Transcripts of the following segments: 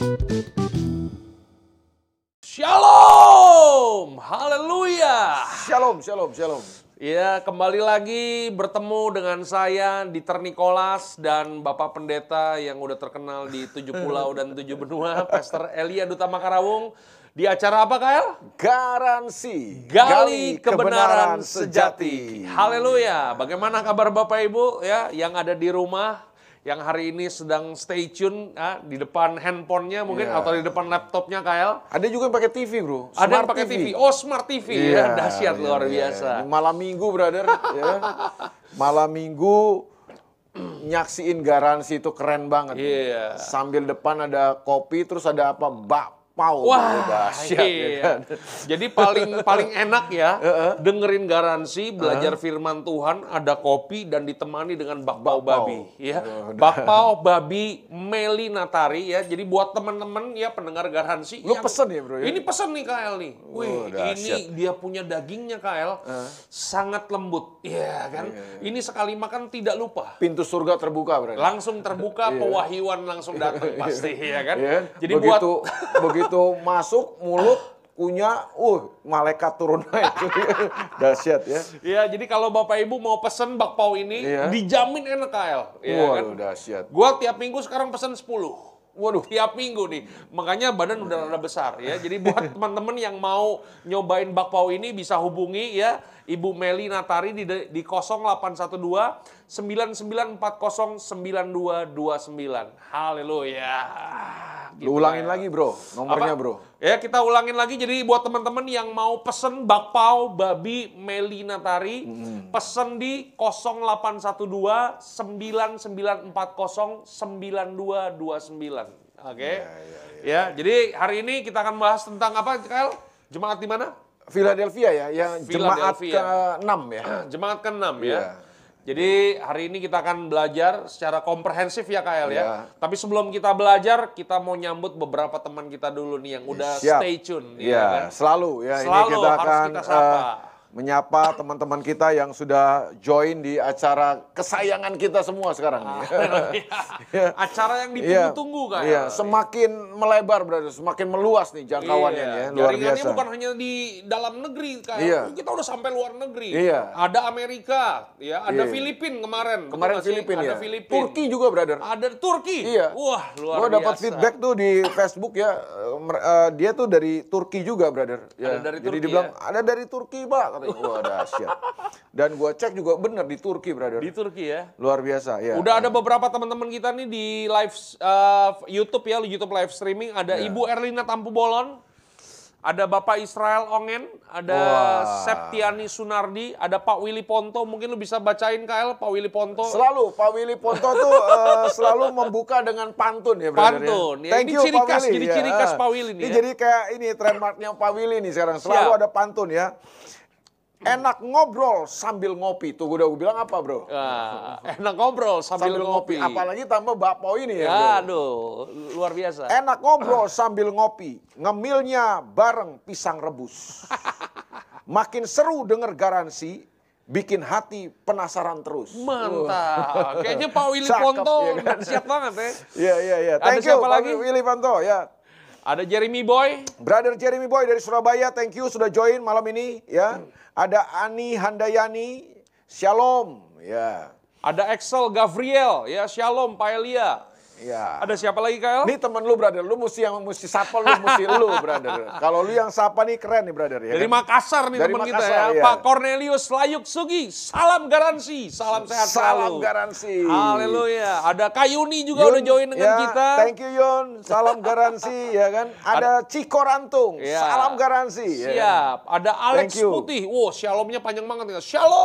Shalom, haleluya. Shalom, shalom, shalom. Ya, kembali lagi bertemu dengan saya Dieter Nicholas dan Bapak Pendeta yang udah terkenal di 7 pulau dan 7 benua, Pastor Elia Duta Makarawung. Di acara apa, Kael? Garansi. Gali kebenaran sejati. Haleluya. Bagaimana kabar Bapak Ibu ya yang ada di rumah? Yang hari ini sedang stay tune di depan handphonenya mungkin atau di depan laptopnya, Kael. Ada juga yang pakai TV, bro. Ada yang pakai TV. Oh, smart TV ya, dahsyat luar biasa. Malam minggu, brother. Ya. Malam minggu nyaksiin Garansi itu keren banget. Iya. Sambil depan ada kopi, terus ada apa? Bakpao. Wah, dahsyat. iya. Ya kan? Jadi paling enak ya dengerin Garansi, belajar firman Tuhan, ada kopi dan ditemani dengan bakpao babi, ya. Bakpao babi Meli Natari ya. Jadi buat teman-teman ya pendengar Garansi. Lu pesen ya, bro? Ya? Ini pesen nih Kael nih. Wih, ini dia punya dagingnya Kael, sangat lembut, ya kan. Ini sekali makan tidak lupa. Pintu surga terbuka, bro. Langsung terbuka, pewahyuan langsung datang pasti, ya kan. Jadi begitu masuk mulut kunyah, malaikat turun naik. Dahsyat ya. Iya, jadi kalau Bapak Ibu mau pesen bakpao ini, dijamin enak Kael. Waduh, kan? Dahsyat. Gua tiap minggu sekarang pesen 10. Waduh, tiap minggu nih. Makanya badan udah rada besar ya. Jadi buat teman-teman yang mau nyobain bakpao ini bisa hubungi ya Ibu Meli Natari di 0812 9940 9229. Haleluya. Lu ulangin lagi, bro, nomornya, bro. Ya, kita ulangin lagi. Jadi buat teman-teman yang mau pesen bakpao babi Meli Natari, pesen di 0812 9940 9229. Oke. Ya, jadi hari ini kita akan bahas tentang apa, Kael? Jemaat di mana? Philadelphia ya, yang jemaat ke-6 ya. Jemaat ke-6 ya. Jadi hari ini kita akan belajar secara komprehensif ya Kael ya. Tapi sebelum kita belajar, kita mau nyambut beberapa teman kita dulu nih yang udah stay tune. Iya, kan? Selalu ya. Selalu ini kita akan kita sapa. Menyapa teman-teman kita yang sudah join di acara kesayangan kita semua sekarang. Acara yang ditunggu-tunggu Kael. Iya, semakin melebar, brother, semakin meluas nih jangkauannya ya. Luar Jaringannya biasa. bukan hanya di dalam negeri Kael. Iya. Kita udah sampai luar negeri. Iya. Ada Amerika, ya, ada Filipina kemarin. Kemarin Filipina ya. Ada Filipina. Turki juga, brother. Ada Turki. Iya. Wah, luar biasa. Gua dapat feedback tuh di Facebook ya. Dia tuh dari Turki juga, brother. Ya. Ada dari Jadi Turki, dibilang ada dari Turki, Pak. Katanya, wah dahsyat. Dan gua cek juga bener di Turki, brother. Di Turki ya. Luar biasa ya. Udah ada beberapa teman-teman kita nih di live YouTube ya, YouTube live streaming. Ada Ibu Erlina Tampu Bolon. Ada Bapak Israel Ongen, ada Septiani Sunardi, ada Pak Willy Ponto. Mungkin lu bisa bacain Kael, Pak Willy Ponto. Selalu Pak Willy Ponto tuh selalu membuka dengan pantun ya, brother. Pantun. Ya. Thank you, Pak Willy. jadi ciri khas Pak Willy nih. Ini jadi kayak ini trademarknya Pak Willy nih sekarang. Selalu ada pantun ya. Enak ngobrol sambil ngopi. Tuh gue bilang apa, bro? Enak ngobrol sambil ngopi. Apalagi tambah bakpao ini ya. Aduh, luar biasa. Enak ngobrol sambil ngopi. Ngemilnya bareng pisang rebus. Makin seru denger Garansi, bikin hati penasaran terus. Mantap. Kayaknya Pak Willy Ponto ya kan? siap banget ya. Iya. Ada Thank you siapa Pak lagi? Willy Ponto ya. Ada Jeremy Boy. Brother Jeremy Boy dari Surabaya, thank you sudah join malam ini ya. Ada Ani Handayani, Shalom ya. Ada Axel Gavriel, ya Shalom Pak Elia. Ya. Ada siapa lagi Kael? Ini temen lu, brother. Lu mesti sapa, lu mesti lu, brother. Kalau lu yang sapa nih keren nih, brother. Ya, dari kan? Makassar nih teman kita ya. Pak Cornelius Layuk Sugi, salam Garansi, salam sehat Salam selalu. Garansi. Haleluya. Ada Kayuni juga udah join dengan kita. Thank you Yun, salam Garansi ya kan. Ada Ciko Rantung, salam Garansi. Siap. Ya kan? Ada Alex Putih. Wow, shalomnya panjang banget.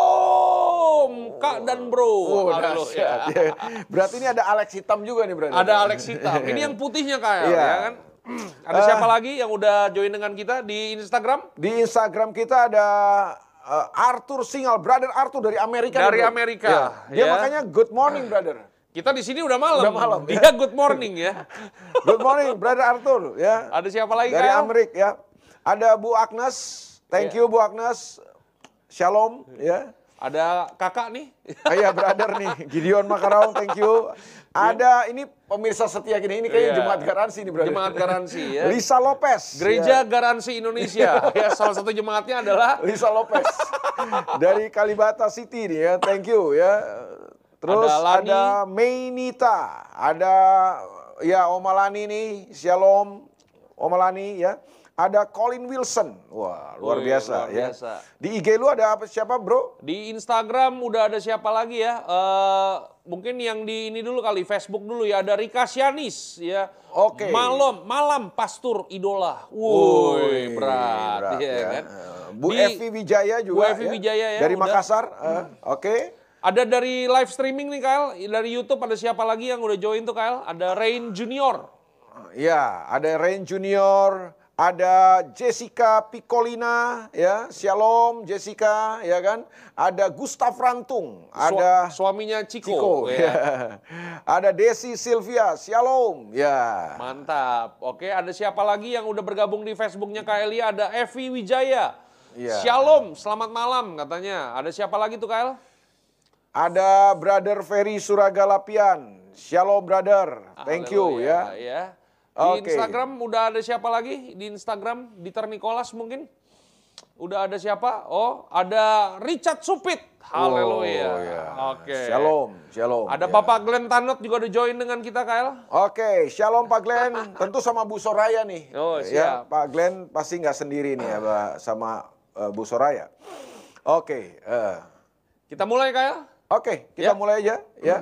Shalom, Kak dan Bro. Haleluya. Ya. Berarti ini ada Alex hitam juga nih, brother. Ada Alex hitam. Ini yang putihnya Kael, ya kan? Ada siapa lagi yang udah join dengan kita di Instagram? Di Instagram kita ada Arthur Singal, brother Arthur dari Amerika. Dari Amerika. Dia makanya good morning, brother. Kita di sini udah malam. Udah malam. Dia good morning ya. Good morning, brother Arthur. Ya. Ada siapa lagi dari Kael? Amerika ya. Ada Bu Agnes. Thank you Bu Agnes. Shalom ya. Ada kakak nih. Iya, brother nih, Gideon Makarau, thank you. Ada ini pemirsa setia gini, ini kayaknya Iya. Jemaat Garansi nih, brother. Jemaat Garansi ya. Lisa Lopez. Gereja ya. Garansi Indonesia. Ya, salah satu jemaatnya adalah Lisa Lopez. Dari Kalibata City nih ya, thank you ya. Terus Ada Lani. ada Mainita, ada ya Oma Lani nih, Shalom Oma Lani ya. Ada Colin Wilson, wah luar Wih, biasa luar ya. biasa. Di IG lu ada apa siapa bro? di Instagram udah ada siapa lagi ya? Mungkin yang di ini dulu kali, Facebook dulu ya. Ada Rika Sianis ya. Oke. Malam Pastur Idola. Woi, Woi, berat ya kan. Bu Di- Evi Wijaya juga Bu Evi Wijaya ya, dari udah. Makassar. Oke. Ada dari live streaming nih Kyle, dari YouTube ada siapa lagi yang udah join tuh Kyle? Ada Rain Junior. Ya, ada Rain Junior, ada Jessica Piccolina, ya, Shalom Jessica, ya kan? Ada Gustav Rantung, ada Suaminya Ciko. Ciko, ya. ya. Ada Desi Sylvia, Shalom, ya. Mantap. Oke, ada siapa lagi yang udah bergabung di Facebooknya Kyle? Ada Evi Wijaya. Iya. Shalom, selamat malam katanya. Ada siapa lagi tuh Kyle? Ada Brother Ferry Suragalapian, Shalom brother, thank you ya. Ya. Di Oke. Instagram udah ada siapa lagi? Di Instagram Dieter Nicholas mungkin? Udah ada siapa? Oh, ada Richard Supit. Haleluya. Oh, ya. Oke. Shalom, shalom. Ada ya. Bapak Glenn Tanot juga udah join dengan kita, Kyle. Oke, shalom Pak Glenn. Tentu sama Bu Soraya nih. Oh, Ya, siap. Pak Glenn pasti nggak sendiri nih ya, Pak, sama Bu Soraya. Oke, Kita mulai, Kyle. oke, kita Ya. mulai aja ya.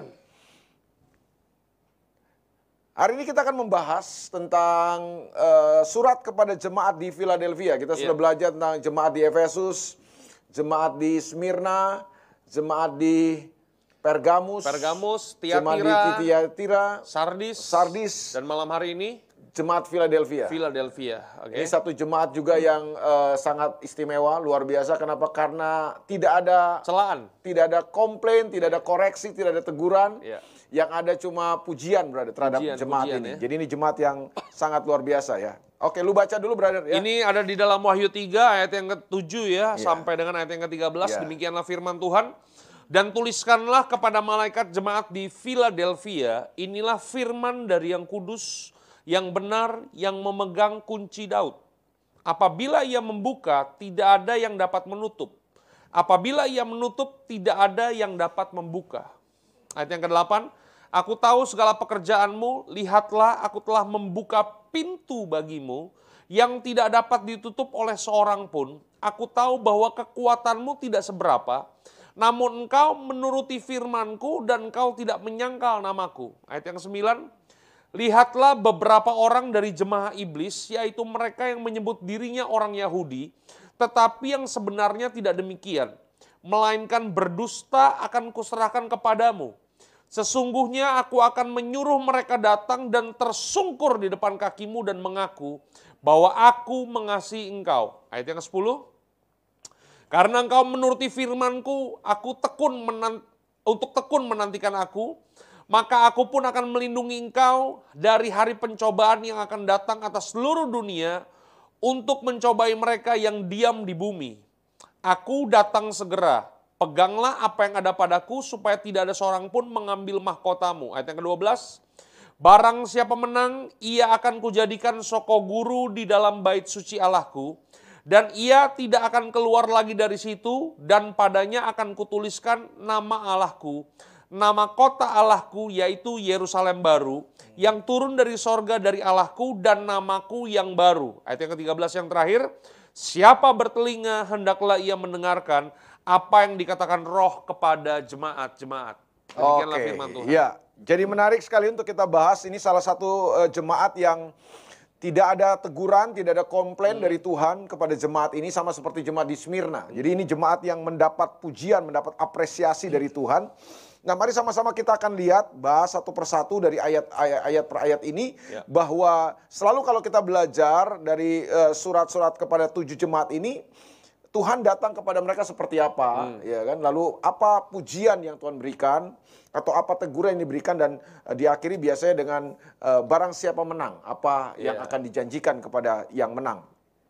Hari ini kita akan membahas tentang surat kepada jemaat di Philadelphia. Kita sudah belajar tentang jemaat di Efesus, jemaat di Smyrna, jemaat di Pergamus, jemaat di Tiatira, Sardis, dan malam hari ini jemaat Philadelphia. Philadelphia. Oke. Ini satu jemaat juga yang sangat istimewa, luar biasa. Kenapa? Karena tidak ada Celaan. tidak ada komplain, tidak ada koreksi, tidak ada teguran. Iya. Yang ada cuma pujian, brother, terhadap jemaat pujian, ini. ya. Jadi ini jemaat yang sangat luar biasa ya. Oke, lu baca dulu, brother ya. Ini ada di dalam Wahyu 3 ayat yang ke-7 ya, sampai dengan ayat yang ke-13. Iya. Demikianlah firman Tuhan. Dan tuliskanlah kepada malaikat jemaat di Philadelphia, inilah firman dari yang kudus, yang benar, yang memegang kunci Daud. Apabila ia membuka, tidak ada yang dapat menutup. Apabila ia menutup, tidak ada yang dapat membuka. Ayat yang ke-8, aku tahu segala pekerjaanmu, lihatlah aku telah membuka pintu bagimu yang tidak dapat ditutup oleh seorang pun. Aku tahu bahwa kekuatanmu tidak seberapa, namun engkau menuruti firmanku dan engkau tidak menyangkal namaku. Ayat yang ke-9, lihatlah beberapa orang dari jemaah iblis, yaitu mereka yang menyebut dirinya orang Yahudi, tetapi yang sebenarnya tidak demikian, melainkan berdusta akan kuserahkan kepadamu. Sesungguhnya aku akan menyuruh mereka datang dan tersungkur di depan kakimu dan mengaku bahwa aku mengasihi engkau. Ayat yang ke-10, karena engkau menuruti firmanku, aku tekun menantikan aku, maka aku pun akan melindungi engkau dari hari pencobaan yang akan datang atas seluruh dunia untuk mencobai mereka yang diam di bumi. Aku datang segera, peganglah apa yang ada padaku supaya tidak ada seorang pun mengambil mahkotamu. Ayat yang ke-12, barang siapa menang, ia akan kujadikan soko guru di dalam bait suci Allahku, dan ia tidak akan keluar lagi dari situ, dan padanya akan kutuliskan nama Allahku, nama kota Allahku, yaitu Yerusalem baru, yang turun dari sorga dari Allahku, dan namaku yang baru. Ayat yang ke-13 yang terakhir, siapa bertelinga hendaklah ia mendengarkan apa yang dikatakan Roh kepada jemaat-jemaat. Demikianlah firman Tuhan. Ya, jadi menarik sekali untuk kita bahas. Ini salah satu jemaat yang tidak ada teguran, tidak ada komplain dari Tuhan kepada jemaat ini, sama seperti jemaat di Smyrna. Jadi ini jemaat yang mendapat pujian, mendapat apresiasi dari Tuhan. Nah, mari sama-sama kita akan lihat, bahas satu persatu dari ayat per ayat ini, bahwa selalu kalau kita belajar dari surat-surat kepada 7 jemaat ini, Tuhan datang kepada mereka seperti apa, ya kan? Lalu apa pujian yang Tuhan berikan, atau apa teguran yang diberikan, dan diakhiri biasanya dengan barang siapa menang, apa yang akan dijanjikan kepada yang menang.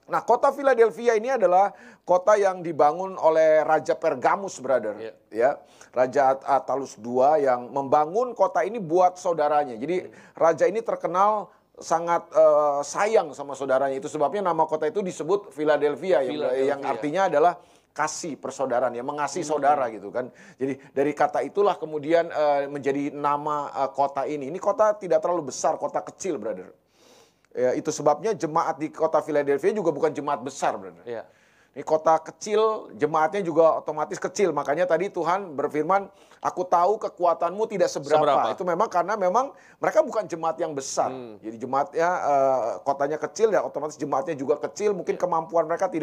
Nah, kota Philadelphia ini adalah kota yang dibangun oleh Raja Pergamus, brother. Ya, Raja Attalus II yang membangun kota ini buat saudaranya. Jadi raja ini terkenal sangat sayang sama saudaranya. Itu sebabnya nama kota itu disebut Philadelphia, yang artinya adalah kasih persaudaraan, ya, mengasihi saudara gitu kan. Jadi dari kata itulah kemudian menjadi nama kota ini. Ini kota tidak terlalu besar, kota kecil, brother. Ya, itu sebabnya jemaat di kota Philadelphia juga bukan jemaat besar, brother. Iya. Ini kota kecil, jemaatnya juga otomatis kecil. Makanya tadi Tuhan berfirman, aku tahu kekuatanmu tidak seberapa. Itu memang karena memang mereka bukan jemaat yang besar. Jadi jemaatnya, kotanya kecil, ya otomatis jemaatnya juga kecil. Mungkin kemampuan mereka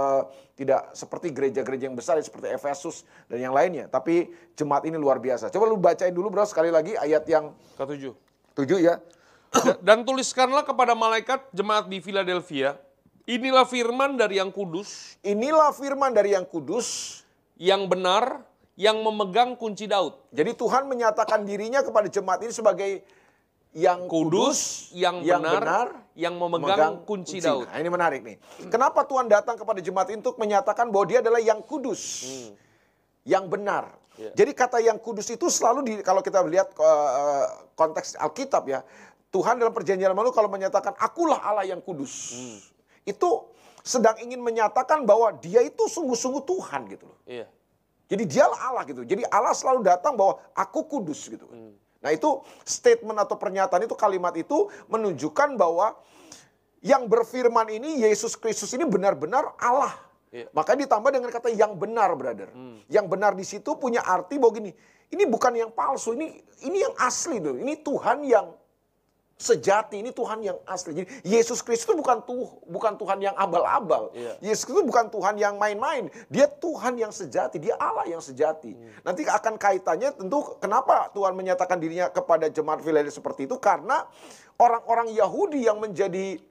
tidak seperti gereja-gereja yang besar, seperti Efesus dan yang lainnya. Tapi jemaat ini luar biasa. Coba lu bacain dulu, bro, sekali lagi ayat yang ke-7. 7 ya. Dan tuliskanlah kepada malaikat jemaat di Philadelphia, inilah firman dari yang kudus. Inilah firman dari yang kudus. Yang benar, yang memegang kunci Daud. Jadi Tuhan menyatakan dirinya kepada jemaat ini sebagai yang kudus, yang benar, yang memegang kunci Daud. Nah, ini menarik nih. Kenapa Tuhan datang kepada jemaat ini untuk menyatakan bahwa dia adalah yang kudus, yang benar. Jadi kata yang kudus itu selalu kalau kita lihat konteks Alkitab, ya, Tuhan dalam perjanjian lama kalau menyatakan akulah Allah yang kudus. Itu sedang ingin menyatakan bahwa dia itu sungguh-sungguh Tuhan gitu loh. Iya. Jadi dialah Allah gitu. Jadi Allah selalu datang bahwa aku kudus gitu. Nah, itu statement atau pernyataan itu, kalimat itu menunjukkan bahwa yang berfirman ini, Yesus Kristus ini benar-benar Allah. Iya. Makanya ditambah dengan kata yang benar, brother. Yang benar di situ punya arti bahwa gini, ini bukan yang palsu, ini yang asli tuh. Ini Tuhan yang sejati, ini Tuhan yang asli. Jadi Yesus Kristus itu bukan Tuhan yang abal-abal. Yesus Kristus bukan Tuhan yang main-main. Dia Tuhan yang sejati, dia Allah yang sejati. Nanti akan kaitannya tentu kenapa Tuhan menyatakan dirinya kepada jemaat Philadelphia seperti itu, karena orang-orang Yahudi yang menjadi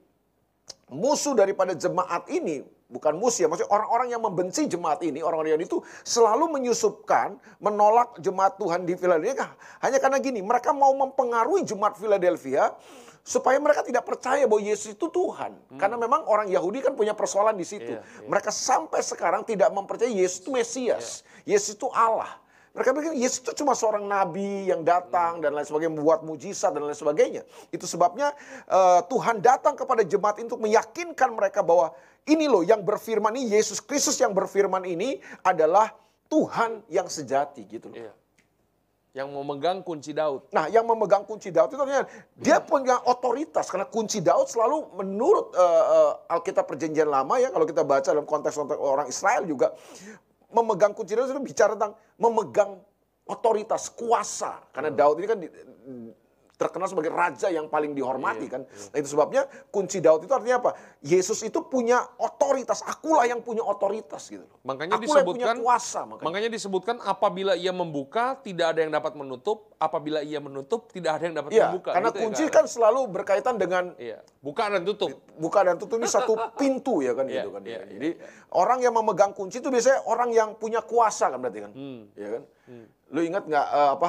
musuh daripada jemaat ini, bukan musuh ya, maksudnya orang-orang yang membenci jemaat ini, orang-orang Yahudi itu selalu menyusupkan, menolak jemaat Tuhan di Philadelphia. Hanya karena gini, mereka mau mempengaruhi jemaat Philadelphia supaya mereka tidak percaya bahwa Yesus itu Tuhan. Karena memang orang Yahudi kan punya persoalan di situ. Mereka sampai sekarang tidak mempercayai Yesus itu Mesias. Yesus itu Allah. Mereka pikir Yesus itu cuma seorang nabi yang datang dan lain sebagainya, membuat mujizat dan lain sebagainya. Itu sebabnya Tuhan datang kepada jemaat untuk meyakinkan mereka bahwa ini loh yang berfirman ini, Yesus Kristus yang berfirman ini adalah Tuhan yang sejati gitu loh. Iya. Yang memegang kunci Daud. Nah, yang memegang kunci Daud itu artinya dia punya otoritas, karena kunci Daud selalu menurut Alkitab Perjanjian Lama, ya, kalau kita baca dalam konteks orang Israel juga, memegang kunci Daud itu bicara tentang memegang otoritas, kuasa. Karena Daud ini kan terkenal sebagai raja yang paling dihormati kan. Nah, itu sebabnya kunci Daud itu artinya apa? Yesus itu punya otoritas. Akulah yang punya otoritas gitu. Makanya akulah disebutkan, yang punya kuasa. Makanya disebutkan apabila ia membuka tidak ada yang dapat menutup. Apabila ia menutup tidak ada yang dapat membuka. Karena gitu kunci ya, kan selalu berkaitan dengan buka dan tutup. Buka dan tutup ini satu pintu ya kan gitu kan. Jadi orang yang memegang kunci itu biasanya orang yang punya kuasa kan berarti kan. Ya kan? Lu ingat nggak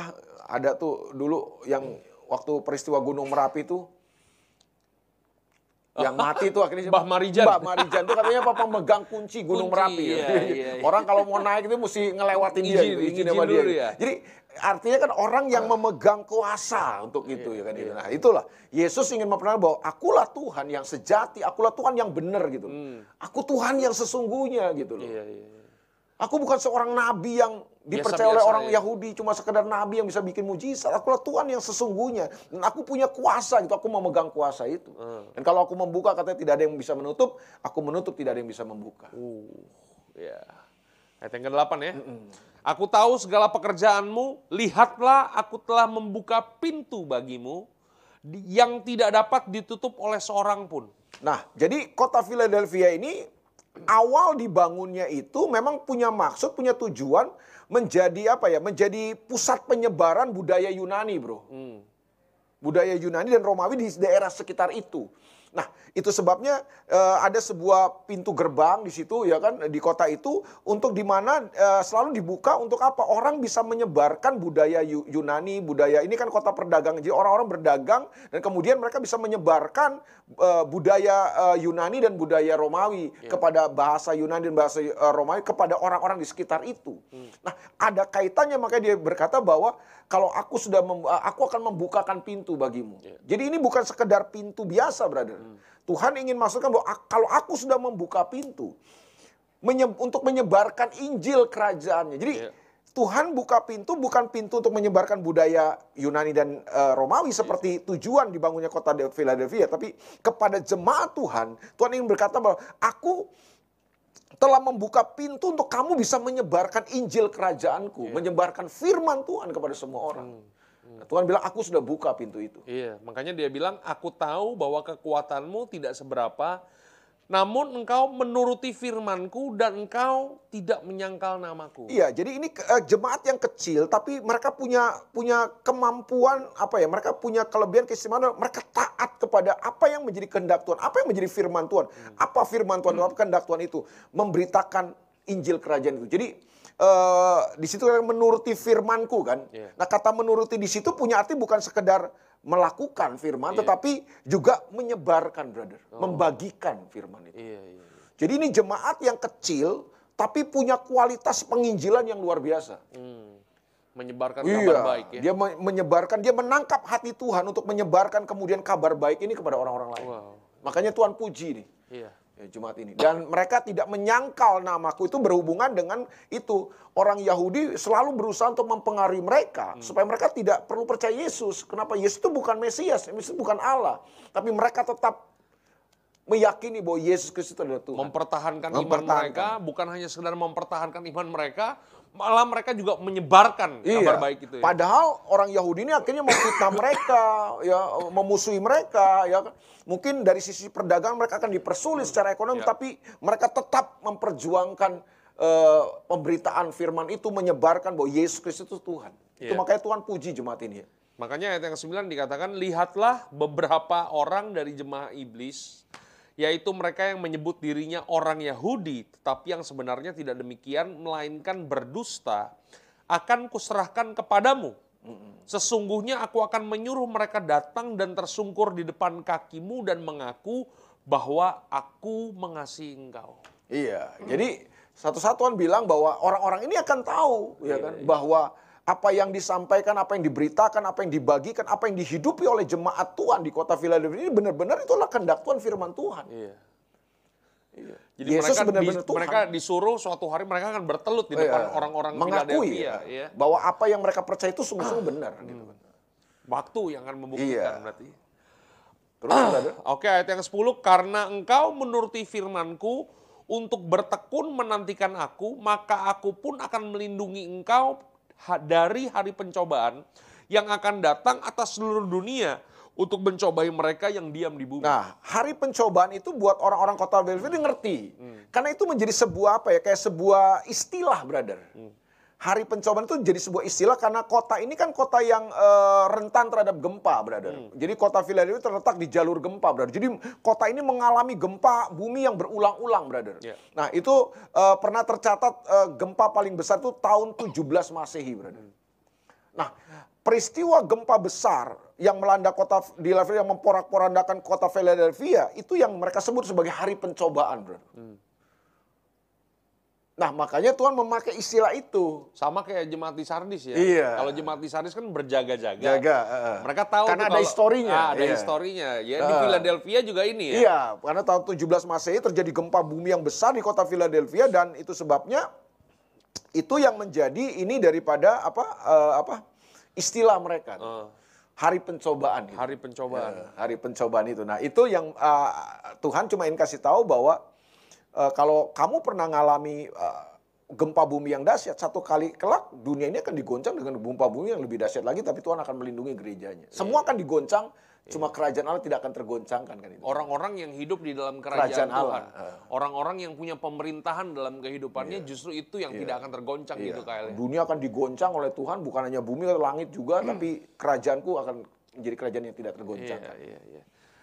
ada tuh dulu yang waktu peristiwa Gunung Merapi itu, yang mati itu akhirnya Mbah Marijan. Mbah Marijan itu katanya apa, pemegang kunci Gunung Merapi. Iya. Orang kalau mau naik itu mesti ngelewatin dia, izin sama dia. Ya. Jadi artinya kan orang yang memegang kuasa untuk itu ya kan. Nah, itulah Yesus ingin memperkenalkan bahwa akulah Tuhan yang sejati, akulah Tuhan yang benar gitu. Aku Tuhan yang sesungguhnya gitu loh. Aku bukan seorang nabi yang dipercaya oleh orang Yahudi, cuma sekedar nabi yang bisa bikin mujizat. Akulah Tuhan yang sesungguhnya. Dan aku punya kuasa gitu, aku memegang kuasa itu. Dan kalau aku membuka katanya tidak ada yang bisa menutup, aku menutup tidak ada yang bisa membuka. Ayat yang ke-8 ya. Aku tahu segala pekerjaanmu, lihatlah aku telah membuka pintu bagimu yang tidak dapat ditutup oleh seorang pun. Nah, jadi kota Philadelphia ini awal dibangunnya itu memang punya maksud, punya tujuan menjadi apa ya? Menjadi pusat penyebaran budaya Yunani, bro. Budaya Yunani dan Romawi di daerah sekitar itu. Nah, itu sebabnya ada sebuah pintu gerbang di situ ya kan di kota itu untuk di mana selalu dibuka untuk apa? Orang bisa menyebarkan budaya Yunani, budaya ini kan kota perdagangan. Jadi orang-orang berdagang dan kemudian mereka bisa menyebarkan budaya Yunani dan budaya Romawi kepada bahasa Yunani dan bahasa Romawi kepada orang-orang di sekitar itu. Nah, ada kaitannya makanya dia berkata bahwa kalau aku aku akan membukakan pintu bagimu. Jadi ini bukan sekedar pintu biasa, brother. Tuhan ingin masukkan bahwa kalau aku sudah membuka pintu untuk menyebarkan Injil kerajaannya. Jadi Tuhan buka pintu bukan pintu untuk menyebarkan budaya Yunani dan Romawi seperti tujuan dibangunnya kota Philadelphia, tapi kepada jemaat Tuhan, Tuhan ingin berkata bahwa aku telah membuka pintu untuk kamu bisa menyebarkan Injil kerajaanku, menyebarkan firman Tuhan kepada semua orang. Nah, Tuhan bilang, aku sudah buka pintu itu. Iya, makanya dia bilang, aku tahu bahwa kekuatanmu tidak seberapa, namun engkau menuruti firmanku dan engkau tidak menyangkal namaku. Iya, jadi ini jemaat yang kecil, tapi mereka punya kemampuan, mereka punya kelebihan keistimewaan, mereka taat kepada apa yang menjadi kehendak Tuhan, apa yang menjadi firman Tuhan. Apa firman Tuhan, apa kehendak Tuhan itu? Memberitakan Injil kerajaan itu. Jadi, di situ menuruti firmanku kan. Nah, kata menuruti di situ punya arti bukan sekedar melakukan firman, tetapi juga menyebarkan, brother, membagikan firman itu. Jadi ini jemaat yang kecil, tapi punya kualitas penginjilan yang luar biasa. Menyebarkan kabar baik ya. Dia menyebarkan, dia menangkap hati Tuhan untuk menyebarkan kemudian kabar baik ini kepada orang-orang lain. Makanya Tuhan puji nih. Jemaat ini. Dan mereka tidak menyangkal namaku, itu berhubungan dengan itu. Orang Yahudi selalu berusaha untuk mempengaruhi mereka. Supaya mereka tidak perlu percaya Yesus. Kenapa? Yesus itu bukan Mesias, Yesus bukan Allah. Tapi mereka tetap meyakini bahwa Yesus Kristus itu adalah Tuhan. Mempertahankan iman mereka, bukan hanya sekedar mempertahankan iman mereka, malah mereka juga menyebarkan kabar baik itu. Padahal orang Yahudi ini akhirnya memfitnah mereka, memusuhi mereka, Mungkin dari sisi perdagangan mereka akan dipersulit secara ekonomi, tapi mereka tetap memperjuangkan pemberitaan firman itu, menyebarkan bahwa Yesus Kristus itu Tuhan. Itu makanya Tuhan puji jemaat ini. Makanya ayat yang ke-9 dikatakan, lihatlah beberapa orang dari jemaah iblis, yaitu mereka yang menyebut dirinya orang Yahudi, tetapi yang sebenarnya tidak demikian, melainkan berdusta, akan kuserahkan kepadamu. Sesungguhnya aku akan menyuruh mereka datang dan tersungkur di depan kakimu dan mengaku bahwa aku mengasihi engkau. Iya, jadi satu-satuan bilang bahwa orang-orang ini akan tahu, bahwa apa yang disampaikan, apa yang diberitakan, apa yang dibagikan, apa yang dihidupi oleh jemaat Tuhan di kota Philadelphia ini benar-benar itulah kehendak Tuhan, firman Tuhan. Jadi Yesus mereka disuruh suatu hari mereka akan bertelut di depan orang-orang mengakui bahwa apa yang mereka percaya itu sungguh-sungguh benar. Waktu yang akan membuktikan berarti. Terus, Oke, ayat yang ke-10, karena engkau menuruti firmanku untuk bertekun menantikan aku, maka aku pun akan melindungi engkau dari hari pencobaan yang akan datang atas seluruh dunia untuk mencobai mereka yang diam di bumi. Nah, hari pencobaan itu buat orang-orang kota Philadelphia ngerti. Karena itu menjadi sebuah kayak sebuah istilah, brother. Hari pencobaan itu jadi sebuah istilah karena kota ini kan kota yang rentan terhadap gempa, brother. Jadi kota Philadelphia terletak di jalur gempa, brother. Jadi kota ini mengalami gempa bumi yang berulang-ulang, brother. Nah, itu pernah tercatat gempa paling besar itu tahun 17 Masehi, brother. Nah, peristiwa gempa besar yang melanda kota Philadelphia, yang memporak-porandakan kota Philadelphia, itu yang mereka sebut sebagai hari pencobaan, brother. Nah, makanya Tuhan memakai istilah itu. Sama kayak jemaat di Sardis ya. Kalau jemaat di Sardis kan berjaga-jaga. Mereka tahu karena ada historinya. Ada historinya. Ya, di Philadelphia juga ini ya. Iya, karena tahun 17 Masehi terjadi gempa bumi yang besar di kota Philadelphia dan itu sebabnya itu yang menjadi ini daripada istilah mereka. Hari pencobaan. Gitu. Hari pencobaan. Hari pencobaan itu. Nah, itu yang Tuhan cuma ingin kasih tahu bahwa kalau kamu pernah ngalami gempa bumi yang dahsyat, satu kali kelak dunia ini akan digoncang dengan gempa bumi yang lebih dahsyat lagi, tapi Tuhan akan melindungi gerejanya. Semua akan digoncang, cuma kerajaan Allah tidak akan tergoncangkan kan itu. Orang-orang yang hidup di dalam kerajaan Tuhan, orang-orang yang punya pemerintahan dalam kehidupannya, justru itu yang tidak akan tergoncang gitu kayaknya. Dunia akan digoncang oleh Tuhan, bukan hanya bumi atau langit juga, tapi kerajaanku akan menjadi kerajaan yang tidak tergoncangkan.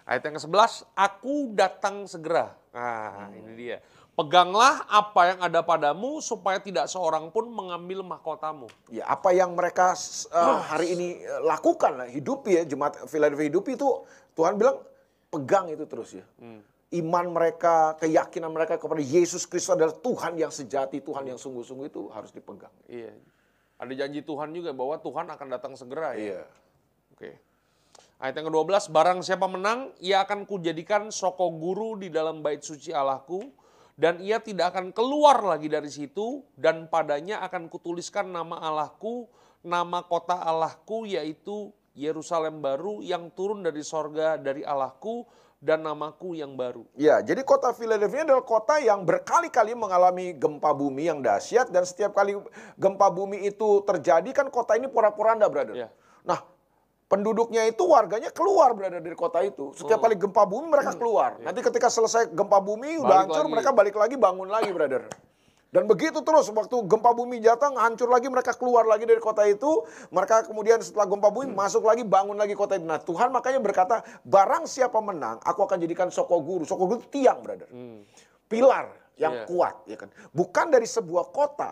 Ayat yang ke-11, aku datang segera. Nah, ini dia. Peganglah apa yang ada padamu supaya tidak seorang pun mengambil mahkotamu. Ya, apa yang mereka hari ini lakukan, hidupi ya, jemaat Philadelphia hidupi itu, Tuhan bilang pegang itu terus ya. Iman mereka, keyakinan mereka kepada Yesus Kristus adalah Tuhan yang sejati, Tuhan yang sungguh-sungguh itu harus dipegang. Iya. Ada janji Tuhan juga bahwa Tuhan akan datang segera ya. Iya. Oke. Ayat yang ke-12, barang siapa menang, ia akan kujadikan soko guru di dalam bait suci Allahku, dan ia tidak akan keluar lagi dari situ, dan padanya akan kutuliskan nama Allahku, nama kota Allahku, yaitu Yerusalem baru yang turun dari sorga dari Allahku, dan namaku yang baru. Ya, jadi kota Philadelphia adalah kota yang berkali-kali mengalami gempa bumi yang dahsyat, dan setiap kali gempa bumi itu terjadi kan kota ini porak-poranda, brother. Ya. Nah, penduduknya itu warganya keluar berada dari kota itu. Setiap kali gempa bumi mereka keluar. Nanti ketika selesai gempa bumi udah hancur, mereka balik lagi bangun lagi, brother. Dan begitu terus, waktu gempa bumi datang, hancur lagi, mereka keluar lagi dari kota itu. Mereka kemudian setelah gempa bumi masuk lagi, bangun lagi kota itu. Nah, Tuhan makanya berkata, barang siapa menang, aku akan jadikan soko guru. Soko guru itu tiang, brother. Pilar yang kuat, ya kan. Bukan dari sebuah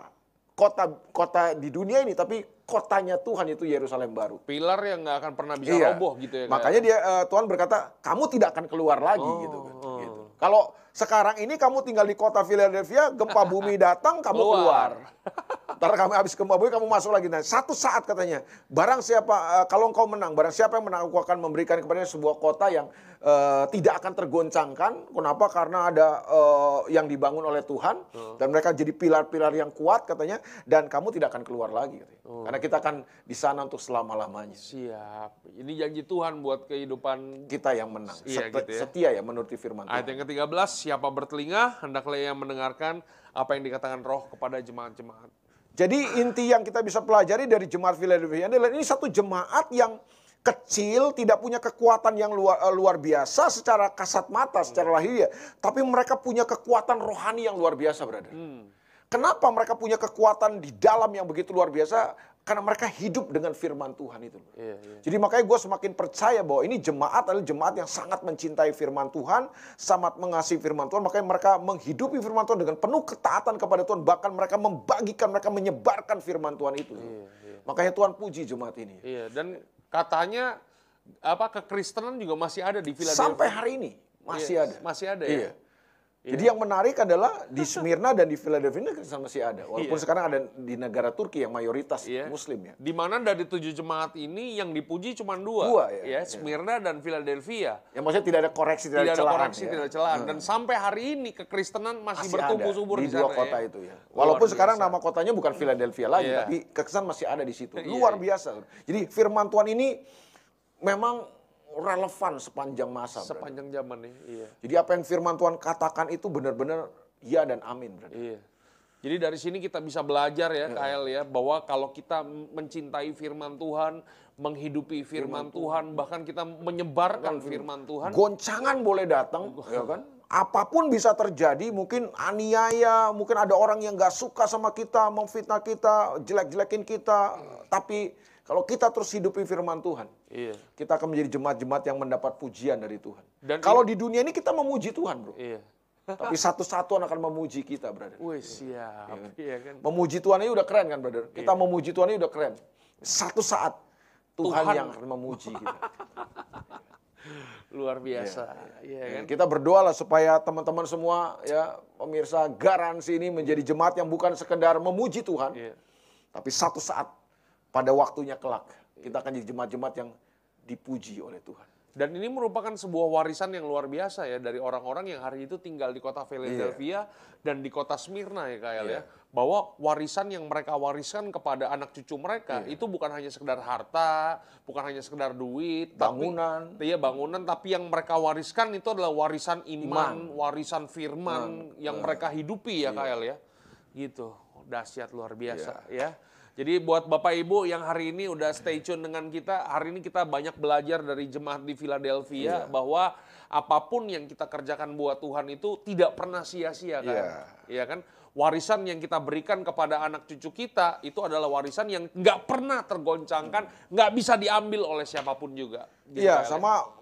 kota di dunia ini, tapi kotanya Tuhan itu Yerusalem baru. Pilar yang nggak akan pernah bisa roboh gitu ya. Makanya Tuhan berkata, kamu tidak akan keluar lagi gitu kan. Gitu. Kalau sekarang ini kamu tinggal di kota Philadelphia, gempa bumi datang, kamu keluar. Ntar kamu habis gempa bumi, kamu masuk lagi. Nah, satu saat katanya, barang siapa, kalau engkau menang, barang siapa yang menang, aku akan memberikan kepadanya sebuah kota yang tidak akan tergoncangkan. Kenapa? Karena ada yang dibangun oleh Tuhan, dan mereka jadi pilar-pilar yang kuat katanya, dan kamu tidak akan keluar lagi. Karena kita akan di sana untuk selama-lamanya. Siap. Ini janji Tuhan buat kehidupan kita yang menang. Iya, gitu ya. Setia ya menuruti firman Tuhan. Ayat yang ke-13, siapa bertelinga, hendaklah ia mendengarkan apa yang dikatakan Roh kepada jemaat-jemaat. Jadi inti yang kita bisa pelajari dari jemaat Philadelphia adalah ini satu jemaat yang kecil, tidak punya kekuatan yang luar biasa secara kasat mata, secara lahiriah. Tapi mereka punya kekuatan rohani yang luar biasa, brother. Kenapa mereka punya kekuatan di dalam yang begitu luar biasa? Karena mereka hidup dengan firman Tuhan itu. Jadi makanya gue semakin percaya bahwa ini jemaat adalah jemaat yang sangat mencintai firman Tuhan, sangat mengasihi firman Tuhan. Makanya mereka menghidupi firman Tuhan dengan penuh ketaatan kepada Tuhan. Bahkan mereka membagikan, mereka menyebarkan firman Tuhan itu. Makanya Tuhan puji jemaat ini. Dan katanya kekristenan juga masih ada di Philadelphia. Sampai hari ini masih ada. Masih ada ya. Jadi yang menarik adalah di Smyrna dan di Philadelphia ini masih ada. Walaupun sekarang ada di negara Turki yang mayoritas Muslim ya. Di mana dari 7 jemaat ini yang dipuji cuma 2 ya, Smyrna dan Philadelphia. Yang maksudnya tidak ada koreksi, tidak ada celaan. Dan sampai hari ini kekristenan masih bertumbuh subur di dua kota itu ya. Walaupun sekarang nama kotanya bukan Philadelphia lagi, tapi kekristenan masih ada di situ. Luar biasa. Jadi firman Tuhan ini memang relevan sepanjang masa. Sepanjang zaman nih. Jadi apa yang firman Tuhan katakan itu benar-benar ya dan amin. Jadi dari sini kita bisa belajar ya, Kyle ya, bahwa kalau kita mencintai firman Tuhan, menghidupi firman Tuhan, bahkan kita menyebarkan firman Tuhan. Goncangan boleh datang, ya kan? Apapun bisa terjadi, mungkin aniaya, mungkin ada orang yang gak suka sama kita, memfitnah kita, jelek-jelekin kita, tapi kalau kita terus hidupi firman Tuhan, kita akan menjadi jemaat-jemaat yang mendapat pujian dari Tuhan. Dan kalau di dunia ini kita memuji Tuhan, bro. Tapi satu-satuan akan memuji kita, brother. Wih, siap. Kan? Memuji Tuhan ini udah keren kan, brother? Kita memuji Tuhan ini udah keren. Satu saat Tuhan yang akan memuji kita. Luar biasa. Kan? Kita berdoa lah supaya teman-teman semua, ya pemirsa, garansi ini menjadi jemaat yang bukan sekedar memuji Tuhan, tapi satu saat pada waktunya kelak, kita akan jadi jemaat-jemaat yang dipuji oleh Tuhan. Dan ini merupakan sebuah warisan yang luar biasa ya dari orang-orang yang hari itu tinggal di kota Philadelphia dan di kota Smyrna ya Kyle ya. Bahwa warisan yang mereka wariskan kepada anak cucu mereka itu bukan hanya sekedar harta, bukan hanya sekedar duit, bangunan. Bangunan, tapi yang mereka wariskan itu adalah warisan iman. Warisan firman yang mereka hidupi ya Kyle ya. Gitu, dahsyat luar biasa ya. Jadi buat Bapak Ibu yang hari ini udah stay tune dengan kita, hari ini kita banyak belajar dari jemaat di Philadelphia bahwa apapun yang kita kerjakan buat Tuhan itu tidak pernah sia-sia kan. Iya kan? Warisan yang kita berikan kepada anak cucu kita itu adalah warisan yang nggak pernah tergoncangkan, nggak bisa diambil oleh siapapun juga. Iya, sama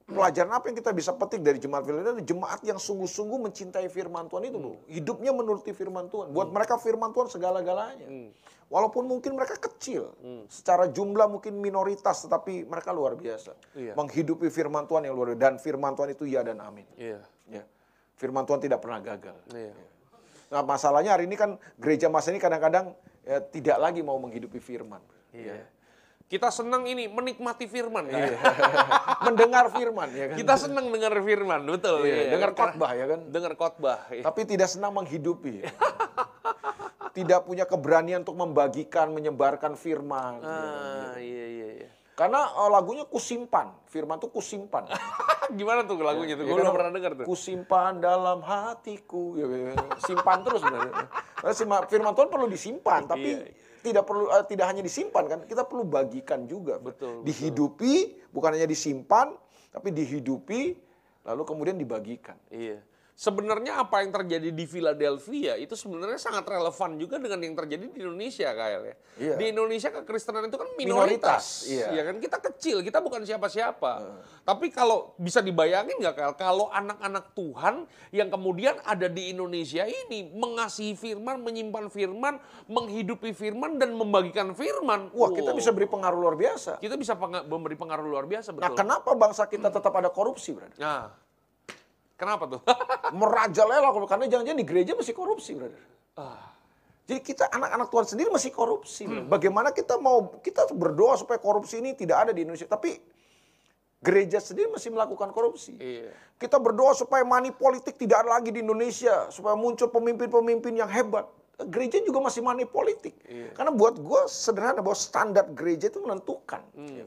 pelajaran apa yang kita bisa petik dari jemaat Philadelphia? Jemaat yang sungguh-sungguh mencintai firman Tuhan itu, bro. Hidupnya menuruti firman Tuhan. Buat mereka firman Tuhan segala-galanya. Walaupun mungkin mereka kecil, secara jumlah mungkin minoritas, tetapi mereka luar biasa. Menghidupi firman Tuhan yang luar biasa. Dan firman Tuhan itu ya dan amin. Ya. Firman Tuhan tidak pernah gagal. Nah, masalahnya hari ini kan gereja masa ini kadang-kadang tidak lagi mau menghidupi firman. Kita senang ini menikmati firman. Mendengar firman. Ya kan? Kita senang dengar firman, betul. Dengar khotbah ya kan. Dengar khotbah. Tapi tidak senang menghidupi. Tidak punya keberanian untuk membagikan, menyebarkan firman. Iya. Karena lagunya kusimpan, firman itu kusimpan. Gimana tuh lagunya tuh? Gue belum pernah dengar tuh. Kusimpan dalam hatiku, simpan terus sebenarnya. Firman Tuhan perlu disimpan, tapi tidak hanya disimpan kan, kita perlu bagikan juga. Betul. Dihidupi, bukan hanya disimpan, tapi dihidupi, lalu kemudian dibagikan. Iya. Sebenarnya apa yang terjadi di Philadelphia itu sebenarnya sangat relevan juga dengan yang terjadi di Indonesia, Kael ya. Di Indonesia kekristenan itu kan minoritas. Ya kan, kita kecil, kita bukan siapa-siapa. Tapi kalau bisa dibayangin nggak, Kael, kalau anak-anak Tuhan yang kemudian ada di Indonesia ini mengasihi firman, menyimpan firman, menghidupi firman dan membagikan firman. Wah, kita bisa beri pengaruh luar biasa. Kita bisa memberi pengaruh luar biasa, betul. Nah, kenapa bangsa kita tetap ada korupsi, brother? Nah, kenapa tuh? Merajalela, karena jangan-jangan di gereja masih korupsi, brother. Jadi kita anak-anak Tuhan sendiri masih korupsi. Bagaimana kita berdoa supaya korupsi ini tidak ada di Indonesia. Tapi gereja sendiri masih melakukan korupsi. Kita berdoa supaya money politik tidak ada lagi di Indonesia. Supaya muncul pemimpin-pemimpin yang hebat. Gereja juga masih money politik. Karena buat gue sederhana bahwa standar gereja itu menentukan.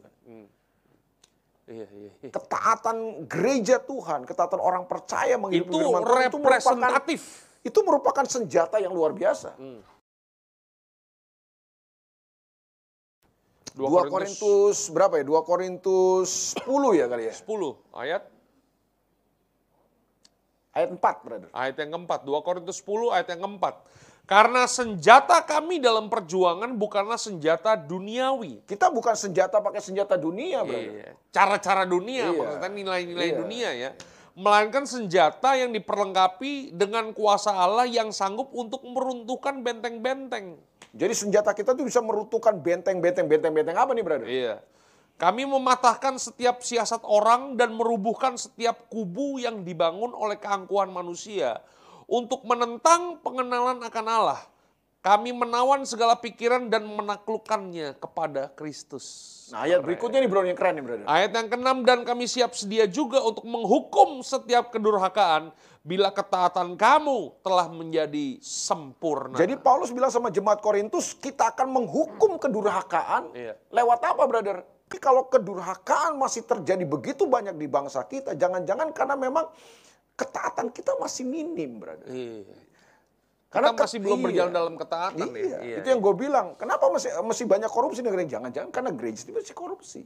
Ketaatan gereja Tuhan, ketaatan orang percaya menghidupi firman Tuhan itu merupakan senjata yang luar biasa. 2 Korintus berapa ya? 2 Korintus 10 ya kali ya? 10 ayat 4, brother. Ayat yang keempat, 2 Korintus 10 ayat yang keempat. Karena senjata kami dalam perjuangan bukanlah senjata duniawi. Kita bukan senjata pakai senjata dunia, brother. Cara-cara dunia, maksudnya nilai-nilai dunia ya. Melainkan senjata yang diperlengkapi dengan kuasa Allah yang sanggup untuk meruntuhkan benteng-benteng. Jadi senjata kita tuh bisa meruntuhkan benteng-benteng apa nih, brother? Iya. Kami mematahkan setiap siasat orang dan merubuhkan setiap kubu yang dibangun oleh keangkuhan manusia. Untuk menentang pengenalan akan Allah, kami menawan segala pikiran dan menaklukkannya kepada Kristus. Nah, ayat berikutnya nih, bro, yang keren nih, brother. Ayat yang ke-6, dan kami siap sedia juga untuk menghukum setiap kedurhakaan bila ketaatan kamu telah menjadi sempurna. Jadi Paulus bilang sama jemaat Korintus, kita akan menghukum kedurhakaan lewat apa, brother? Tapi kalau kedurhakaan masih terjadi begitu banyak di bangsa kita, jangan-jangan karena memang ketaatan kita masih minim, brother. Karena kita masih belum berjalan dalam ketaatan. Itu yang gue bilang. Kenapa masih banyak korupsi di gereja? Jangan-jangan karena gereja itu masih korupsi.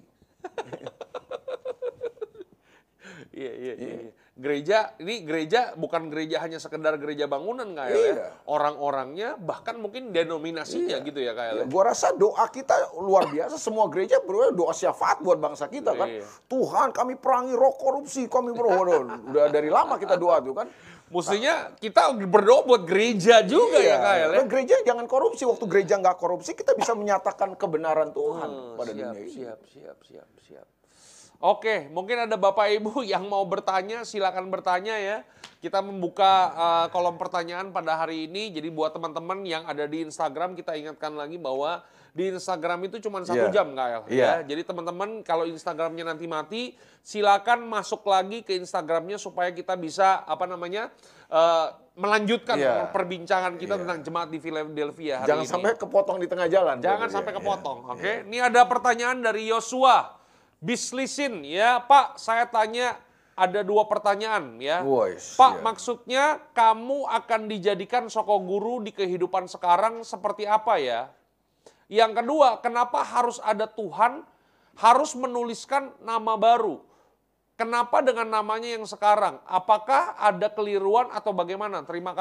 Gereja bukan gereja hanya sekedar gereja bangunan, Kael ya. Orang-orangnya bahkan mungkin denominasinya gitu ya, Kael. Gue rasa doa kita luar biasa. Semua gereja berdoa doa syafaat buat bangsa kita kan. Tuhan, kami perangi roh korupsi, kami berdoa. Udah dari lama kita doa tuh kan. Mestinya kita berdoa buat gereja juga ya, Kael ya. Gereja jangan korupsi. Waktu gereja nggak korupsi, kita bisa menyatakan kebenaran Tuhan pada dunia ini. Siap. Oke, mungkin ada Bapak Ibu yang mau bertanya, silakan bertanya ya. Kita membuka kolom pertanyaan pada hari ini. Jadi buat teman-teman yang ada di Instagram, kita ingatkan lagi bahwa di Instagram itu cuma 1 jam, Kael. Ya. Jadi teman-teman kalau Instagramnya nanti mati, silakan masuk lagi ke Instagramnya supaya kita bisa melanjutkan perbincangan kita tentang jemaat di Philadelphia hari Jangan ini. Sampai kepotong di tengah jalan. Jangan sampai kepotong, oke? Ini ada pertanyaan dari Yosua Bislisin, ya Pak, saya tanya ada 2 pertanyaan ya. Pak, maksudnya kamu akan dijadikan soko guru di kehidupan sekarang seperti apa ya? Yang kedua, kenapa harus ada Tuhan harus menuliskan nama baru? Kenapa dengan namanya yang sekarang? Apakah ada keliruan atau bagaimana? Terima kasih.